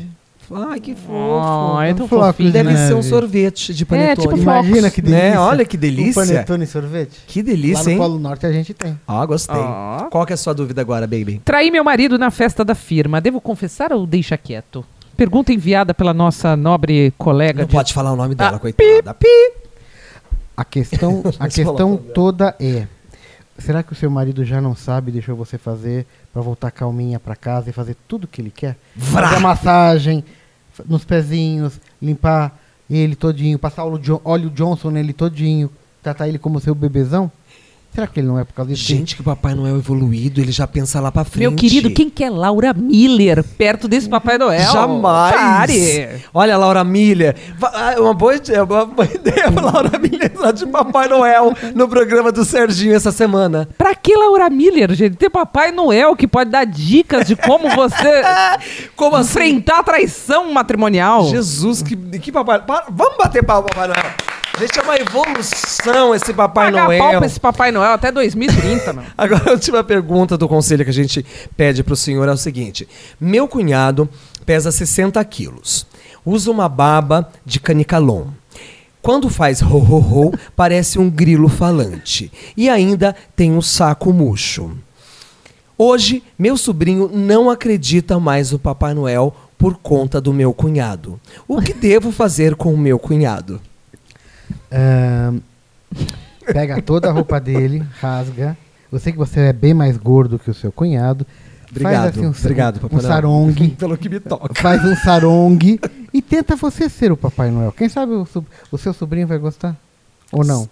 Speaker 2: Ai, que fofo.
Speaker 3: É tão
Speaker 4: Flocos
Speaker 3: fofinho.
Speaker 4: de
Speaker 2: Deve ser um
Speaker 4: neve.
Speaker 2: sorvete de panetone.
Speaker 3: tipo
Speaker 4: Imagina que delícia.
Speaker 2: Né? Olha que delícia.
Speaker 4: Um panetone e sorvete.
Speaker 2: Que
Speaker 4: Lá
Speaker 2: delícia,
Speaker 4: no
Speaker 2: hein?
Speaker 4: Polo Norte a gente tem.
Speaker 2: Gostei.
Speaker 3: Ó.
Speaker 2: Qual que é a sua dúvida agora, baby?
Speaker 3: Traí meu marido na festa da firma. Devo confessar ou deixa quieto? Pergunta enviada pela nossa nobre colega.
Speaker 2: Não
Speaker 3: de-
Speaker 2: pode falar o nome dela,
Speaker 3: Ah,
Speaker 2: coitada.
Speaker 4: A questão toda é: será que o seu marido já não sabe, deixou você fazer pra voltar calminha pra casa e fazer tudo o que ele quer? Fazer a massagem nos pezinhos, limpar ele todinho, passar óleo Johnson nele todinho, tratar ele como seu bebezão? Será que ele não é por causa disso?
Speaker 2: Gente, que o Papai Noel é evoluído, ele já pensa lá pra frente.
Speaker 3: Meu querido, quem que é Laura Miller perto desse Papai Noel?
Speaker 2: Jamais!
Speaker 3: Pare!
Speaker 2: Olha, Laura Miller. Uma boa ideia Laura Miller entrar de Papai Noel no programa do Serginho essa semana.
Speaker 3: Pra que Laura Miller, gente? Tem Papai Noel que pode dar dicas de como você
Speaker 2: Como assim?
Speaker 3: enfrentar a traição matrimonial.
Speaker 2: Jesus, que Papai... Vamos bater pau, Papai Noel. Gente, é uma evolução esse Papai
Speaker 3: Pagar pau
Speaker 2: Noel.
Speaker 3: pra esse Papai Noel até 2030, mano.
Speaker 2: Agora, a última pergunta do conselho que a gente pede pro senhor é o seguinte. Meu cunhado pesa 60 quilos. Usa uma baba de canicalon. Quando faz ho-ho-ho, parece um grilo falante. E ainda tem um saco murcho. Hoje, meu sobrinho não acredita mais no Papai Noel por conta do meu cunhado. O que devo fazer com o meu cunhado?
Speaker 4: Pega toda a roupa dele, rasga. Eu sei que você é bem mais gordo que o seu cunhado.
Speaker 2: Obrigado,
Speaker 4: Faz assim
Speaker 2: obrigado, Papai
Speaker 4: um
Speaker 2: Noel.
Speaker 4: sarong.
Speaker 2: Pelo que me toca.
Speaker 4: Faz um sarong e tenta você ser o Papai Noel. Quem sabe o seu sobrinho vai gostar? Ou não?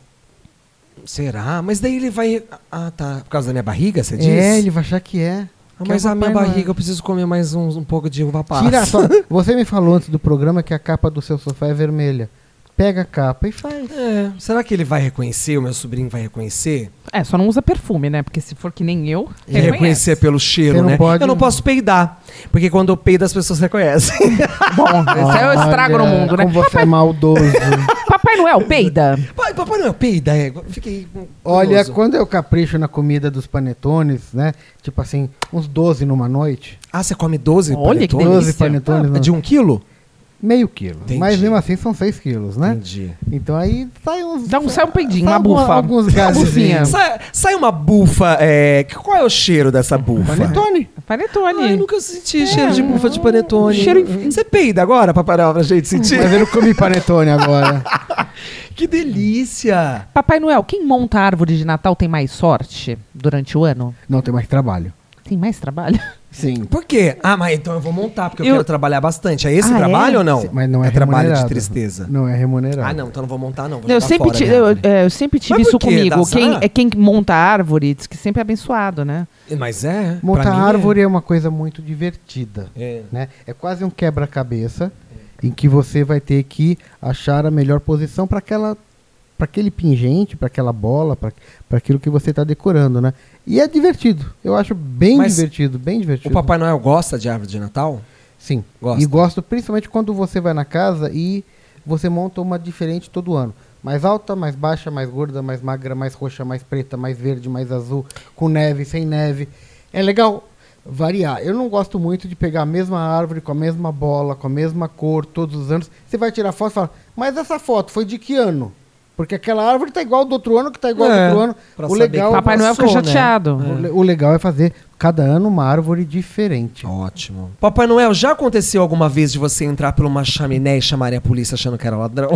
Speaker 2: Será? Mas daí ele vai... Ah, tá. Por causa da minha barriga, você diz?
Speaker 4: Ele vai achar que é.
Speaker 2: Mas
Speaker 4: que é o
Speaker 2: a minha
Speaker 4: Papai Noel.
Speaker 2: barriga, eu preciso comer mais um pouco de uva passa.
Speaker 4: Tira só. Você me falou antes do programa que a capa do seu sofá é vermelha. Pega a capa e faz.
Speaker 2: Será que ele vai reconhecer? O meu sobrinho vai reconhecer?
Speaker 3: É, só não usa perfume, né? Porque se for que nem eu,
Speaker 2: Reconhecer pelo cheiro,
Speaker 4: Você não
Speaker 2: né?
Speaker 4: pode-
Speaker 2: Eu não posso peidar. Porque quando eu peido, as pessoas reconhecem.
Speaker 3: Bom, esse é o estrago no
Speaker 4: Olha,
Speaker 3: mundo, né?
Speaker 4: Como você é maldoso.
Speaker 3: Papai Noel, peida.
Speaker 2: Papai Noel, peida. Fiquei
Speaker 4: Olha,
Speaker 2: curioso.
Speaker 4: quando eu capricho na comida dos panetones, né? Tipo assim, uns 12 numa noite.
Speaker 2: Ah, você come 12
Speaker 3: Olha que
Speaker 2: panetones?
Speaker 4: 12 panetones.
Speaker 2: Ah, de 1 quilo?
Speaker 4: Meio quilo.
Speaker 2: Entendi.
Speaker 4: Mas mesmo assim são 6 quilos, né?
Speaker 2: Entendi.
Speaker 4: Então aí sai uns...
Speaker 3: Sai um peidinho,
Speaker 4: sai
Speaker 3: uma bufa.
Speaker 4: Alguns
Speaker 3: Uma bufinha.
Speaker 4: gases.
Speaker 2: Sai uma bufa. Qual é o cheiro dessa bufa?
Speaker 4: Panetone.
Speaker 3: Panetone.
Speaker 2: Ai, nunca senti cheiro de bufa de panetone.
Speaker 3: Cheiro
Speaker 2: Você peida agora, Papai Noel, pra gente sentir?
Speaker 4: Mas eu não comi panetone agora.
Speaker 2: Que delícia!
Speaker 3: Papai Noel, quem monta a árvore de Natal tem mais sorte durante o ano?
Speaker 4: Não, tem mais trabalho.
Speaker 3: Tem mais trabalho?
Speaker 4: Sim.
Speaker 2: Por quê? Ah, mas então eu vou montar, porque eu
Speaker 3: Eu-
Speaker 2: quero trabalhar bastante. É esse
Speaker 3: Ah,
Speaker 2: trabalho
Speaker 3: é?
Speaker 2: ou não?
Speaker 4: Sim, mas não é
Speaker 2: trabalho de
Speaker 4: remunerado.
Speaker 2: tristeza.
Speaker 4: Não é remunerado.
Speaker 2: Ah, não, então não vou montar, não. Vou
Speaker 3: Eu
Speaker 2: jogar
Speaker 3: sempre,
Speaker 2: fora minha árvore.
Speaker 3: eu sempre tive
Speaker 2: Mas por
Speaker 3: isso
Speaker 2: quê?
Speaker 3: comigo.
Speaker 2: Dá azar?
Speaker 3: Quem monta a árvore diz que sempre é abençoado, né?
Speaker 2: Mas é.
Speaker 4: Montar
Speaker 2: pra mim
Speaker 4: árvore é uma coisa muito divertida.
Speaker 2: É.
Speaker 4: Né? É quase um quebra-cabeça em que você vai ter que achar a melhor posição para aquele pingente, para aquela bola, para aquilo que você está decorando, né? E é divertido. Eu acho bem
Speaker 2: Mas
Speaker 4: divertido, bem divertido.
Speaker 2: O Papai Noel gosta de árvore de Natal?
Speaker 4: Sim.
Speaker 2: Gosta.
Speaker 4: E gosto principalmente quando você vai na casa e você monta uma diferente todo ano. Mais alta, mais baixa, mais gorda, mais magra, mais roxa, mais preta, mais verde, mais azul, com neve, sem neve. É legal variar. Eu não gosto muito de pegar a mesma árvore, com a mesma bola, com a mesma cor, todos os anos. Você vai tirar foto e fala, mas essa foto foi de que ano? Porque aquela árvore tá igual do outro ano, que tá igual do outro ano.
Speaker 2: pra
Speaker 4: O
Speaker 2: saber
Speaker 4: legal,
Speaker 2: que
Speaker 3: Papai Noel fica
Speaker 2: passou, né?
Speaker 3: chateado.
Speaker 4: o legal é fazer cada ano uma árvore diferente.
Speaker 2: Ótimo. Papai Noel, já aconteceu alguma vez de você entrar por uma chaminé e chamar a polícia achando que era ladrão?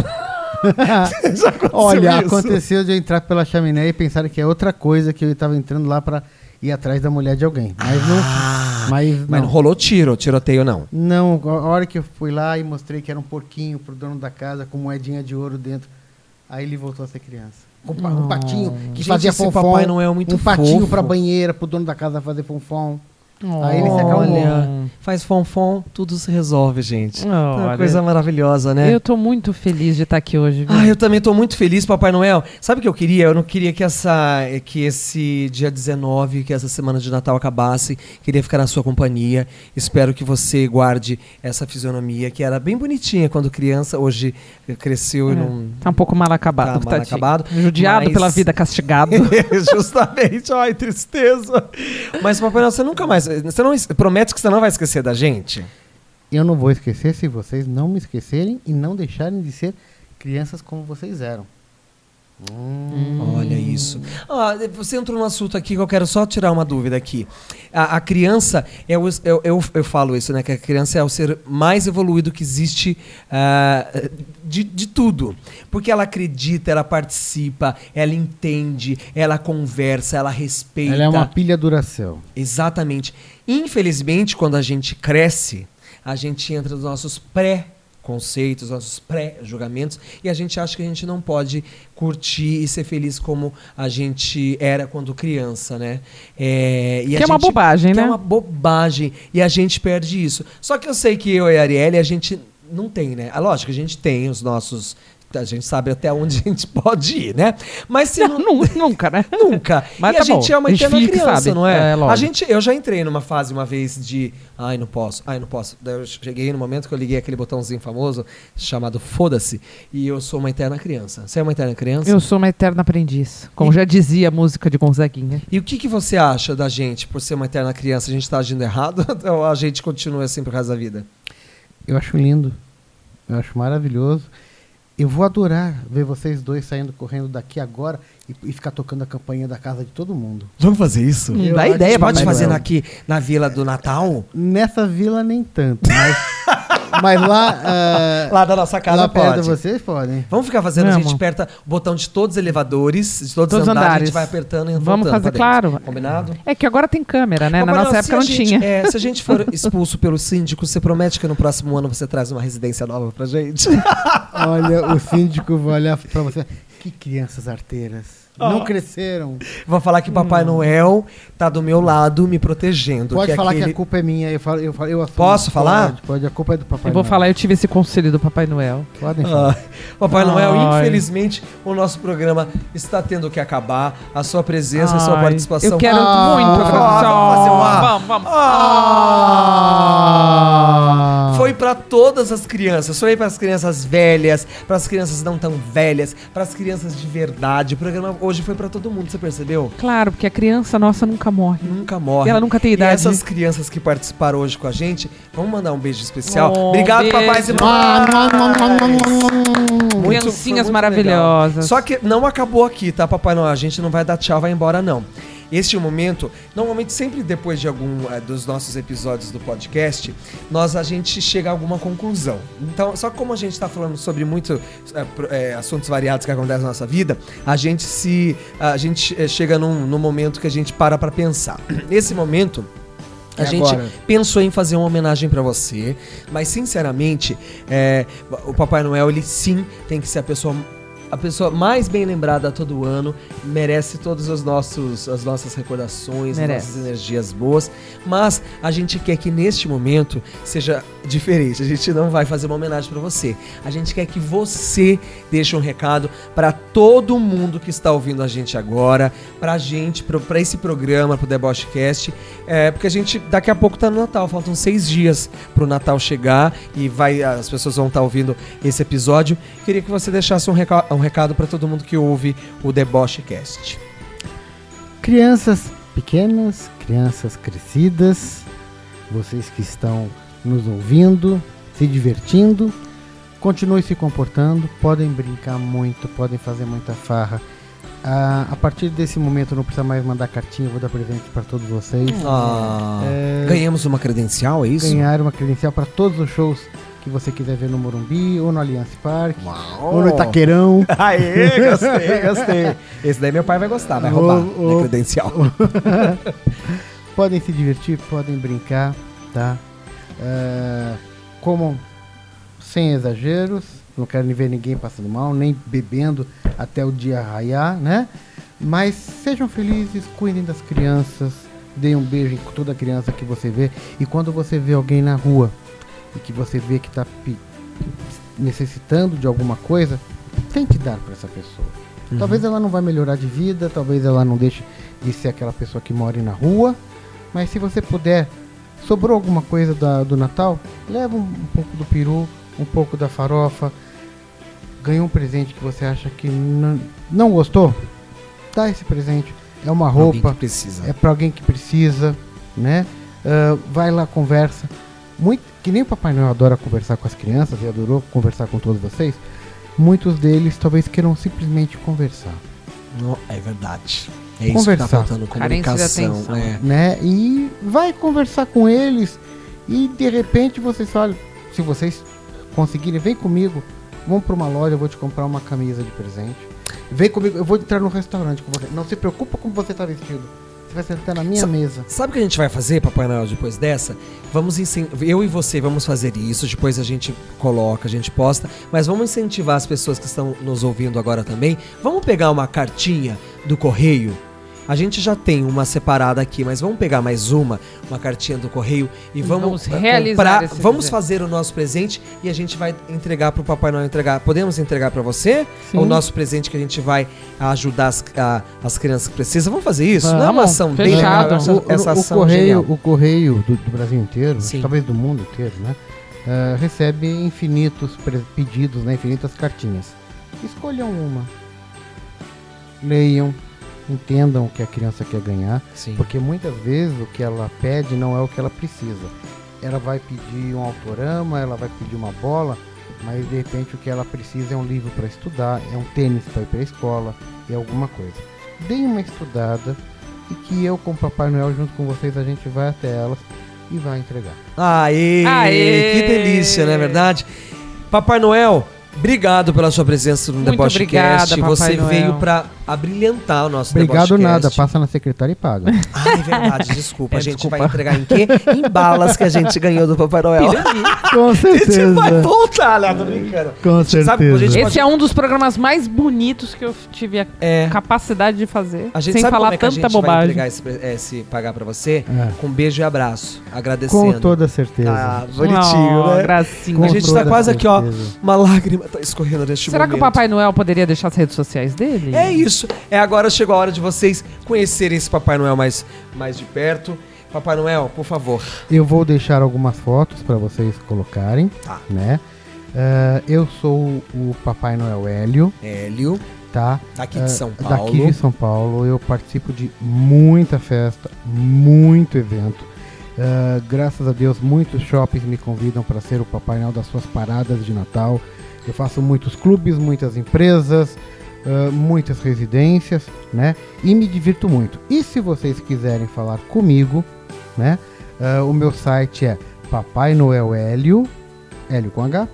Speaker 2: Já aconteceu
Speaker 4: Olha,
Speaker 2: isso?
Speaker 4: aconteceu de eu entrar pela chaminé e pensar que é outra coisa, que eu estava entrando lá para ir atrás da mulher de alguém. Mas não. Mas
Speaker 2: não
Speaker 4: não.
Speaker 2: rolou tiroteio não.
Speaker 4: Não, a hora que eu fui lá e mostrei que era um porquinho pro dono da casa com moedinha de ouro dentro, aí ele voltou a ser criança. Um patinho que
Speaker 2: Gente,
Speaker 4: fazia
Speaker 2: esse
Speaker 4: fonfon.
Speaker 2: Papai Noel é muito
Speaker 4: um patinho
Speaker 2: fofo.
Speaker 4: pra banheira pro dono da casa fazer fonfon. Aí ele se acalmou.
Speaker 2: Olha, faz fonfon, tudo se resolve, gente. É uma
Speaker 3: Olha,
Speaker 2: coisa maravilhosa, né?
Speaker 3: Eu tô muito feliz de estar aqui hoje. Viu?
Speaker 2: Ah, eu também tô muito feliz, Papai Noel. Sabe o que eu queria? Eu não queria que esse dia 19, que essa semana de Natal acabasse. Queria ficar na sua companhia. Espero que você guarde essa fisionomia, que era bem bonitinha quando criança. Hoje cresceu e não...
Speaker 3: Tá um pouco mal acabado.
Speaker 2: Tá mal
Speaker 3: tadinho.
Speaker 2: acabado,
Speaker 3: Judiado
Speaker 2: mas-
Speaker 3: pela vida, castigado.
Speaker 2: Justamente. Ai, tristeza. Mas, Papai Noel, você nunca mais... Você não promete que você não vai esquecer da gente?
Speaker 4: eu não vou esquecer se vocês não me esquecerem e não deixarem de ser crianças como vocês eram.
Speaker 2: Olha isso. Você entrou num assunto aqui que eu quero só tirar uma dúvida aqui. A criança, eu falo isso, né? Que a criança é o ser mais evoluído que existe de tudo. Porque ela acredita, ela participa, ela entende, ela conversa, ela respeita.
Speaker 4: Ela é uma pilha Duracell.
Speaker 2: Exatamente. Infelizmente, quando a gente cresce, a gente entra nos nossos conceitos, nossos pré-julgamentos, e a gente acha que a gente não pode curtir e ser feliz como a gente era quando criança, né?
Speaker 3: Que é uma bobagem, né?
Speaker 2: É uma bobagem, e a gente perde isso. Só que eu sei que eu e a Arielle, a gente não tem, né? Lógico, a gente tem os nossos... A gente sabe até onde a gente pode ir, né? Mas se
Speaker 3: nunca, né?
Speaker 2: Nunca.
Speaker 3: Mas
Speaker 2: e a gente é uma eterna criança,
Speaker 3: sabe.
Speaker 2: não é?
Speaker 3: Lógico.
Speaker 2: Eu já entrei numa fase uma vez de não posso. Daí eu cheguei no momento que eu liguei aquele botãozinho famoso chamado foda-se, e eu sou uma eterna criança. Você é uma eterna criança?
Speaker 3: Eu sou uma eterna aprendiz, como já dizia a música de Gonzaguinha.
Speaker 2: E o que você acha da gente por ser uma eterna criança? A gente tá agindo errado ou a gente continua assim por causa da vida?
Speaker 4: Eu acho lindo. Eu acho maravilhoso. Eu vou adorar ver vocês dois saindo correndo daqui agora e ficar tocando a campainha da casa de todo mundo.
Speaker 2: Vamos fazer isso?
Speaker 3: Dá ideia,
Speaker 2: pode fazer aqui na Vila do Natal?
Speaker 4: Nessa vila nem tanto, mas lá...
Speaker 2: lá da nossa casa
Speaker 4: lá
Speaker 2: pode.
Speaker 4: perto de vocês podem.
Speaker 2: Vamos ficar fazendo, a gente aperta o botão de todos os elevadores, de todos os andares, a gente vai apertando e
Speaker 3: vamos fazer, claro.
Speaker 2: Combinado?
Speaker 3: É que agora tem câmera, né? Na nossa época não tinha.
Speaker 2: Se a gente for expulso pelo síndico, você promete que no próximo ano você traz uma residência nova pra gente?
Speaker 4: Olha, o síndico vai olhar pra você. Que crianças arteiras. Não cresceram.
Speaker 2: Vou falar que o Papai Noel tá do meu lado me protegendo.
Speaker 4: Pode falar que a culpa é minha. Eu assumo.
Speaker 2: Posso falar?
Speaker 4: Pode, a culpa é do Papai Noel.
Speaker 3: Eu vou falar, eu tive esse conselho do Papai Noel.
Speaker 4: Podem falar.
Speaker 2: Papai Noel, infelizmente, o nosso programa está tendo que acabar. A sua presença, a sua participação.
Speaker 3: Eu quero muito, professor. Vamos.
Speaker 2: Foi para todas as crianças. Foi para as crianças velhas, para as crianças não tão velhas, para as crianças de verdade. O programa hoje foi pra todo mundo, você percebeu?
Speaker 3: Claro, porque a criança nossa nunca morre.
Speaker 2: Nunca morre.
Speaker 3: E ela nunca tem idade.
Speaker 2: E essas crianças que participaram hoje com a gente, vamos mandar um beijo especial. Obrigado, papais e mamães.
Speaker 3: Criancinhas maravilhosas.
Speaker 2: Legal. Só que não acabou aqui, tá, Papai Noel? A gente não vai dar tchau, vai embora, não. Este momento, normalmente sempre depois de algum dos nossos episódios do podcast, a gente chega a alguma conclusão. Então, só que como a gente está falando sobre muitos assuntos variados que acontecem na nossa vida, a gente chega num momento que a gente para pensar. Nesse momento, a gente pensou em fazer uma homenagem pra você, mas sinceramente, o Papai Noel, ele sim tem que ser a pessoa mais bem lembrada todo ano, merece todas as nossas recordações, as nossas energias boas, mas a gente quer que neste momento seja diferente. A gente não vai fazer uma homenagem para você. A gente quer que você deixe um recado para todo mundo que está ouvindo a gente agora, pra gente, para esse programa, pro Debochecast, porque a gente daqui a pouco tá no Natal, faltam 6 dias pro Natal chegar e as pessoas vão estar ouvindo esse episódio. Queria que você deixasse um recado para todo mundo que ouve o Debochecast.
Speaker 4: Crianças pequenas, crianças crescidas, vocês que estão nos ouvindo, se divertindo, continuem se comportando, podem brincar muito, podem fazer muita farra. A partir desse momento não precisa mais mandar cartinha, vou dar presente para todos vocês.
Speaker 2: Ganhamos uma credencial, é isso?
Speaker 4: Ganharam uma credencial para todos os shows que você quiser ver no Morumbi, ou no Allianz Parque, ou no Itaquerão.
Speaker 2: Aê, gostei. Esse daí meu pai vai gostar, vai roubar minha credencial.
Speaker 4: Podem se divertir, podem brincar, tá? Comam sem exageros, não quero nem ver ninguém passando mal, nem bebendo até o dia raiar, né? Mas sejam felizes, cuidem das crianças, deem um beijo em toda criança que você vê. E quando você vê alguém na rua e que você vê que está necessitando de alguma coisa, tente dar para essa pessoa. Talvez ela não vai melhorar de vida, talvez ela não deixe de ser aquela pessoa que mora na rua, mas se você puder, sobrou alguma coisa do Natal, leva um pouco do peru, um pouco da farofa, ganhou um presente que você acha que não gostou, dá esse presente. É uma roupa, é para alguém que precisa, né? Vai lá, conversa, que nem o Papai Noel adora conversar com as crianças e adorou conversar com todos vocês, muitos deles talvez queiram simplesmente conversar.
Speaker 2: É verdade. É isso
Speaker 4: Conversar.
Speaker 2: que tá faltando,
Speaker 3: Carência de
Speaker 2: comunicação.
Speaker 3: atenção.
Speaker 4: Né? E vai conversar com eles e de repente vocês falam, se vocês conseguirem, vem comigo, vamos para uma loja, eu vou te comprar uma camisa de presente. Vem comigo, eu vou entrar no restaurante com você. Não se preocupa como você tá vestido. Você vai sentar na minha mesa.
Speaker 2: Sabe o que a gente vai fazer, Papai Noel, depois dessa? Eu e você vamos fazer isso, depois a gente coloca, a gente posta, mas vamos incentivar as pessoas que estão nos ouvindo agora também. Vamos pegar uma cartinha do correio. A gente já tem uma separada aqui, mas vamos pegar mais uma cartinha do correio e vamos
Speaker 3: realizar esse
Speaker 2: vamos
Speaker 3: desejo.
Speaker 2: fazer o nosso presente e a gente vai entregar pro Papai Noel entregar. Podemos entregar para você?
Speaker 4: Sim.
Speaker 2: O nosso presente que a gente vai ajudar as crianças que precisam. Vamos fazer isso? Não é uma
Speaker 3: Vamos,
Speaker 2: ação bem
Speaker 3: fechado.
Speaker 2: legal, essa ação genial.
Speaker 4: O correio do Brasil inteiro,
Speaker 2: Sim.
Speaker 4: talvez do mundo inteiro, né? Recebe infinitos pedidos, né? Infinitas cartinhas. Escolham uma. Leiam. Entendam o que a criança quer ganhar,
Speaker 2: Sim.
Speaker 4: porque muitas vezes o que ela pede não é o que ela precisa. Ela vai pedir um autorama, ela vai pedir uma bola, mas de repente o que ela precisa é um livro para estudar, é um tênis para ir para a escola, é alguma coisa. Deem uma estudada e que eu com o Papai Noel junto com vocês a gente vai até elas e vai entregar.
Speaker 2: Aê!
Speaker 3: Aê!
Speaker 2: Que delícia, não é verdade? Papai Noel, obrigado pela sua presença no
Speaker 3: Muito
Speaker 2: Debochecast.
Speaker 3: obrigada, Papai
Speaker 2: Você
Speaker 3: Noel.
Speaker 2: veio para abrilhantar o nosso
Speaker 4: Obrigado
Speaker 2: Debochecast.
Speaker 4: nada, passa na secretária e paga.
Speaker 2: Ah, é verdade, desculpa.
Speaker 3: É,
Speaker 2: A gente
Speaker 3: desculpa.
Speaker 2: vai entregar em quê? Em balas que a gente ganhou do Papai Noel.
Speaker 4: Com
Speaker 2: A gente
Speaker 4: certeza.
Speaker 2: vai voltar, né? Tô brincando.
Speaker 4: Com
Speaker 2: Sabe, a
Speaker 4: certeza.
Speaker 2: gente
Speaker 3: Esse é um dos programas mais bonitos que eu tive a
Speaker 2: É.
Speaker 3: capacidade de fazer,
Speaker 2: A gente
Speaker 3: sem
Speaker 2: sabe
Speaker 3: falar
Speaker 2: como é que a
Speaker 3: tanta
Speaker 2: gente vai
Speaker 3: bobagem.
Speaker 2: entregar esse pagar pra você?
Speaker 4: É.
Speaker 2: Com beijo e abraço. Agradecendo.
Speaker 4: Com toda certeza.
Speaker 2: Ah, bonitinho,
Speaker 3: Oh,
Speaker 2: né?
Speaker 3: gracinha.
Speaker 4: Com
Speaker 2: A gente tá
Speaker 4: toda
Speaker 2: quase aqui, ó.
Speaker 4: certeza.
Speaker 2: Uma lágrima tá escorrendo neste
Speaker 3: Será que
Speaker 2: momento.
Speaker 3: o Papai Noel poderia deixar as redes sociais dele?
Speaker 2: É isso. Agora chegou a hora de vocês conhecerem esse Papai Noel mais de perto. Papai Noel, por favor.
Speaker 4: Eu vou deixar algumas fotos para vocês colocarem,
Speaker 2: Tá.
Speaker 4: né? Eu sou o Papai Noel Hélio,
Speaker 2: Hélio,
Speaker 4: tá?
Speaker 2: daqui de São Paulo.
Speaker 4: Daqui de São Paulo. Eu participo de muita festa, muito evento. Graças a Deus, muitos shoppings me convidam para ser o Papai Noel das suas paradas de Natal. Eu faço muitos clubes, muitas empresas, muitas residências, né? E me divirto muito. E se vocês quiserem falar comigo, né? O meu site é Papai Noel Hélio, Hélio com H,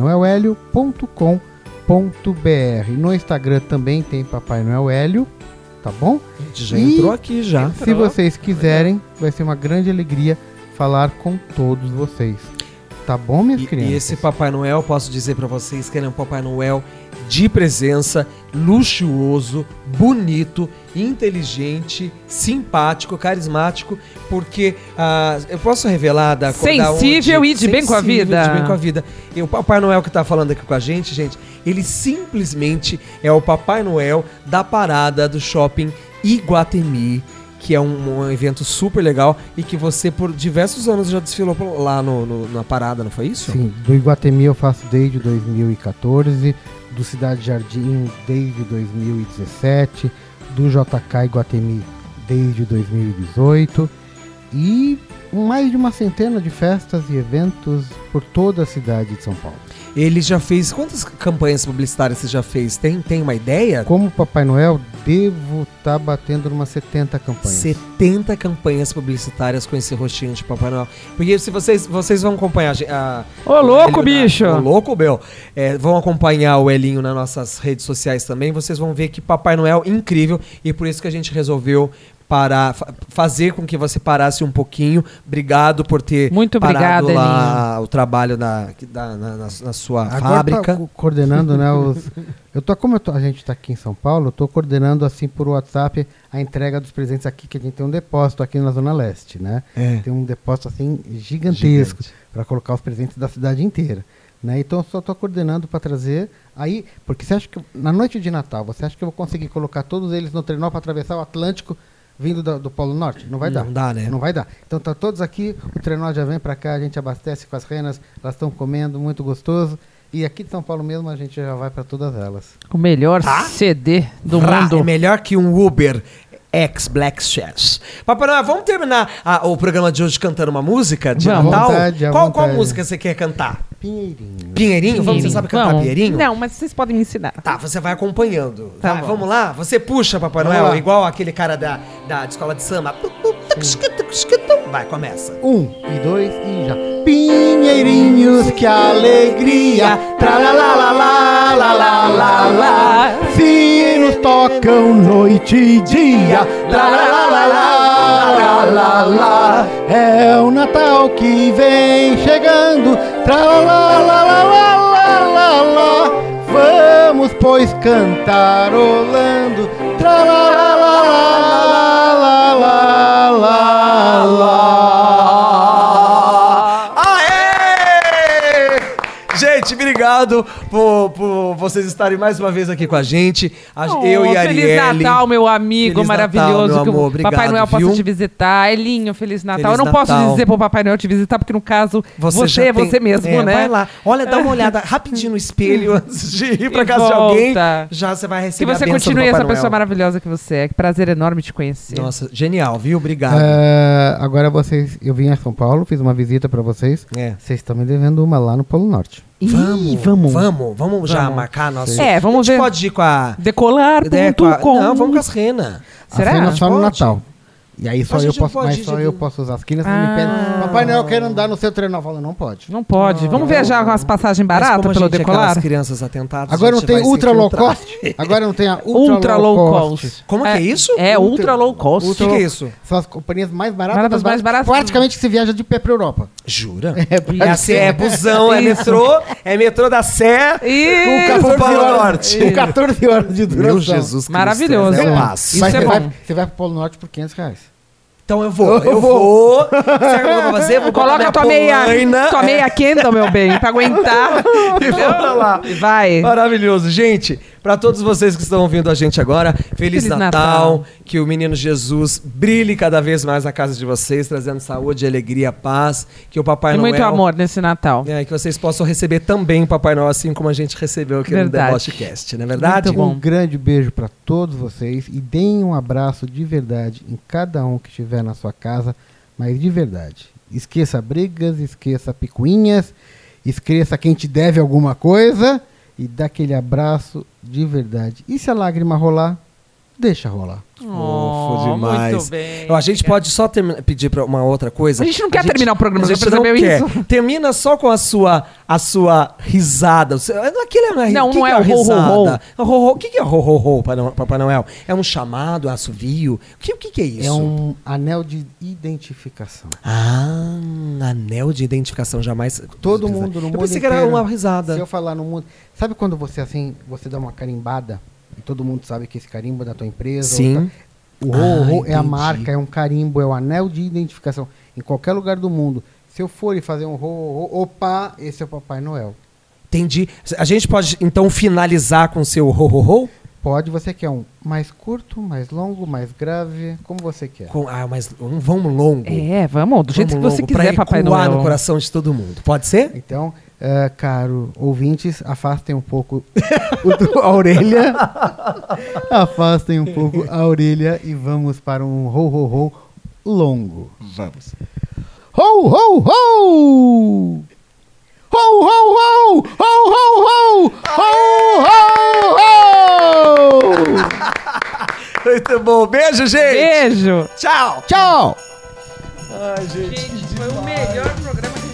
Speaker 4: papainoelhélio.com.br. No Instagram também tem Papai Noel Hélio, tá bom?
Speaker 2: A gente já
Speaker 4: E
Speaker 2: entrou aqui já.
Speaker 4: Se vocês quiserem, vai ser uma grande alegria falar com todos vocês. Tá bom, minhas crianças?
Speaker 2: E esse Papai Noel, posso dizer pra vocês que ele é um Papai Noel de presença, luxuoso, bonito, inteligente, simpático, carismático, porque eu posso revelar
Speaker 3: Sensível e de bem com a vida.
Speaker 2: de bem com a vida. E o Papai Noel que tá falando aqui com a gente, ele simplesmente é o Papai Noel da parada do shopping Iguatemi, que é um evento super legal e que você por diversos anos já desfilou lá na parada, não foi isso?
Speaker 4: Sim, do Iguatemi eu faço desde 2014, do Cidade Jardim desde 2017, do JK Iguatemi desde 2018 e mais de uma centena de festas e eventos por toda a cidade de São Paulo.
Speaker 2: Ele já fez... Quantas campanhas publicitárias você já fez? Tem uma ideia?
Speaker 4: Como Papai Noel, devo estar batendo umas 70 campanhas.
Speaker 2: 70 campanhas publicitárias com esse rostinho de Papai Noel. Porque se vocês vão acompanhar
Speaker 3: Ô, louco,
Speaker 2: o Elinho
Speaker 3: bicho!
Speaker 2: Ô, louco, Bel! Vão acompanhar o Elinho nas nossas redes sociais também. Vocês vão ver que Papai Noel é incrível. E por isso que a gente resolveu fazer com que você parasse um pouquinho. Obrigado por ter
Speaker 3: Muito
Speaker 2: parado
Speaker 3: obrigada,
Speaker 2: lá o trabalho na sua
Speaker 4: Agora
Speaker 2: fábrica.
Speaker 4: tá coordenando, né, a gente tá aqui em São Paulo, eu tô coordenando assim por WhatsApp a entrega dos presentes aqui, que a gente tem um depósito aqui na Zona Leste, né? Tem um depósito assim gigantesco para colocar os presentes da cidade inteira, né? Então eu só tô coordenando para trazer aí, porque você acha que na noite de Natal, você acha que eu vou conseguir colocar todos eles no trenó para atravessar o Atlântico vindo do Polo Norte? Não vai dar.
Speaker 2: Não dá, né?
Speaker 4: Não vai dar. Então tá todos aqui, o trenó já vem para cá, a gente abastece com as renas, elas estão comendo, muito gostoso. E aqui de São Paulo mesmo a gente já vai para todas elas.
Speaker 3: O melhor CD do mundo.
Speaker 2: É melhor que um Uber. X Black Chess. Papai Noel, vamos terminar o programa de hoje cantando uma música de
Speaker 3: Vamos.
Speaker 2: Natal?
Speaker 4: À
Speaker 2: Qual
Speaker 4: vontade.
Speaker 2: música você quer cantar?
Speaker 4: Pinheirinho.
Speaker 2: Pinheirinho? Vamos, você sabe cantar
Speaker 3: Vamos.
Speaker 2: Pinheirinho?
Speaker 3: Não, mas vocês podem me ensinar.
Speaker 2: Tá, você vai acompanhando.
Speaker 3: Tá
Speaker 2: Vai,
Speaker 3: bom.
Speaker 2: vamos lá? Você puxa, Papai
Speaker 4: Vamos
Speaker 2: Noel,
Speaker 4: lá.
Speaker 2: igual aquele cara da escola de samba. Vai, começa.
Speaker 4: 1 e 2 e já. Pinheirinhos, que alegria! Tralalalala. Sinos tocam noite e dia. Tralalalala. É o Natal que vem chegando. Tralalalala. Vamos, pois, cantarolando.
Speaker 2: Aê! Gente, obrigado por vocês estarem mais uma vez aqui com a gente. Eu e a Arielle.
Speaker 3: Feliz Natal, meu amigo
Speaker 2: Feliz Natal,
Speaker 3: maravilhoso.
Speaker 2: meu
Speaker 3: que
Speaker 2: amor,
Speaker 3: o
Speaker 2: obrigado,
Speaker 3: Papai Noel
Speaker 2: viu?
Speaker 3: possa te visitar. Elinho, Feliz Natal.
Speaker 2: Feliz
Speaker 3: Eu não posso
Speaker 2: Natal.
Speaker 3: dizer pro Papai Noel te visitar, porque no caso, você
Speaker 2: já
Speaker 3: é você mesmo, né?
Speaker 2: Vai lá. Olha, dá uma olhada rapidinho no espelho antes de ir pra
Speaker 3: E
Speaker 2: casa de
Speaker 3: volta.
Speaker 2: alguém. Já você vai
Speaker 3: Que
Speaker 2: receber a
Speaker 3: você
Speaker 2: bênção do
Speaker 3: continue
Speaker 2: Papai
Speaker 3: essa pessoa
Speaker 2: Noel.
Speaker 3: maravilhosa que você é. Que prazer enorme te conhecer.
Speaker 2: Nossa, genial, viu? Obrigado.
Speaker 4: Agora vocês, eu vim a São Paulo, fiz uma visita pra vocês.
Speaker 2: É.
Speaker 4: Vocês estão me devendo uma lá no Polo Norte.
Speaker 2: Vamos já
Speaker 4: Vamos.
Speaker 2: marcar nosso...
Speaker 3: Vamos
Speaker 2: A gente
Speaker 3: ver.
Speaker 2: pode ir com a...
Speaker 3: Decolar.com.
Speaker 2: Não, vamos com as renas.
Speaker 3: Será?
Speaker 4: A cena só no
Speaker 2: Pode?
Speaker 4: Natal. E aí só
Speaker 2: A
Speaker 4: eu
Speaker 2: gente
Speaker 4: posso,
Speaker 2: pode
Speaker 4: mas
Speaker 2: ir
Speaker 4: só
Speaker 2: de-
Speaker 4: eu posso usar as quinas. Me pedem, Papai Noel, eu quero andar no seu trenó. Eu falo, não pode.
Speaker 3: Não pode. Vamos viajar com as passagens
Speaker 2: Mas
Speaker 3: baratas
Speaker 2: como a
Speaker 3: pelo
Speaker 2: gente é
Speaker 3: Decolar?
Speaker 2: aquelas crianças atentadas,
Speaker 4: Agora
Speaker 2: a
Speaker 4: não
Speaker 2: gente
Speaker 4: tem
Speaker 2: vai se
Speaker 4: ultra low
Speaker 2: infiltrar.
Speaker 4: cost. Agora não tem a
Speaker 3: Ultra low cost.
Speaker 2: Como que é isso?
Speaker 3: É, ultra low cost.
Speaker 2: O que é isso?
Speaker 4: São as companhias mais baratas.
Speaker 3: Baratas, mais baratas.
Speaker 4: Praticamente que se viaja de pé pra Europa.
Speaker 2: Jura?
Speaker 4: É,
Speaker 2: É busão, é metrô da Sé
Speaker 3: Isso.
Speaker 2: com o Polo Norte.
Speaker 4: Com 14 horas de duração.
Speaker 2: Meu Jesus Cristo.
Speaker 3: Maravilhoso.
Speaker 2: É um
Speaker 3: É.
Speaker 2: passo.
Speaker 3: Isso
Speaker 4: Mas
Speaker 3: é
Speaker 4: você,
Speaker 3: bom.
Speaker 4: você vai pro Polo Norte por R$500.
Speaker 2: Então eu vou. Sabe o que eu vou fazer? Vou botar
Speaker 3: Coloca
Speaker 2: minha
Speaker 3: tua meia
Speaker 2: polaina.
Speaker 3: Kendall, meu bem, pra aguentar.
Speaker 2: E vamos pra lá.
Speaker 3: Vai.
Speaker 2: Maravilhoso. Gente, pra todos vocês que estão ouvindo a gente agora, Feliz Natal.
Speaker 3: Natal.
Speaker 2: Que o Menino Jesus brilhe cada vez mais na casa de vocês, trazendo saúde, alegria, paz. Que o Papai
Speaker 3: E
Speaker 2: Noel...
Speaker 3: muito amor nesse Natal.
Speaker 2: Que vocês possam receber também o Papai Noel, assim como a gente recebeu aqui
Speaker 3: Verdade.
Speaker 2: no Debauchecast, não é verdade?
Speaker 3: Muito bom.
Speaker 4: Um grande beijo pra todos vocês e deem um abraço de verdade em cada um que estiver na sua casa, mas de verdade. Esqueça brigas, esqueça picuinhas, esqueça quem te deve alguma coisa e dá aquele abraço de verdade. E se a lágrima rolar, deixa rolar.
Speaker 2: Fofo demais.
Speaker 3: Muito bem.
Speaker 2: A gente pode só pedir pra uma outra coisa.
Speaker 3: A gente não quer terminar o programa,
Speaker 2: a
Speaker 3: você
Speaker 2: gente não
Speaker 3: percebeu
Speaker 2: quer.
Speaker 3: isso?
Speaker 2: Termina só com a sua risada. Aquele não é
Speaker 3: Não,
Speaker 2: que
Speaker 3: não
Speaker 2: que
Speaker 3: é o ho, ho, ho.
Speaker 2: O que é ho, ho, Papai Noel? É um chamado, assovio? O que é isso?
Speaker 4: É um anel de identificação.
Speaker 2: Ah, anel de identificação, jamais.
Speaker 4: Todo mundo no
Speaker 2: Eu
Speaker 4: mundo
Speaker 2: pensei que era
Speaker 4: inteiro,
Speaker 2: uma risada.
Speaker 4: Se eu falar no mundo... Sabe quando você assim, você dá uma carimbada e todo mundo sabe que esse carimbo é da tua empresa?
Speaker 2: Sim.
Speaker 4: O ho é a
Speaker 2: entendi.
Speaker 4: marca, é um carimbo, é o anel de identificação. Em qualquer lugar do mundo. Se eu for e fazer um ho, opa, esse é o Papai Noel.
Speaker 2: Entendi. A gente pode, então, finalizar com o seu ho?
Speaker 4: Pode, você quer um mais curto, mais longo, mais grave, como você quer.
Speaker 2: Mas vamos longo.
Speaker 3: Vamos, do jeito que você
Speaker 2: pra
Speaker 3: quiser, Papai
Speaker 2: ecoar
Speaker 3: Noel.
Speaker 2: no coração de todo mundo. Pode ser?
Speaker 4: Então, caro ouvintes, afastem um pouco a orelha. Afastem um pouco a orelha e vamos para um ho longo.
Speaker 2: Vamos.
Speaker 4: Ho, ho, ho! Ho, ho, ho! Ho, ho, ho! Ho, ho, ho!
Speaker 2: Muito bom. Beijo, gente.
Speaker 3: Beijo.
Speaker 2: Tchau.
Speaker 4: Tchau!
Speaker 2: Ai, gente.
Speaker 3: Foi o melhor programa que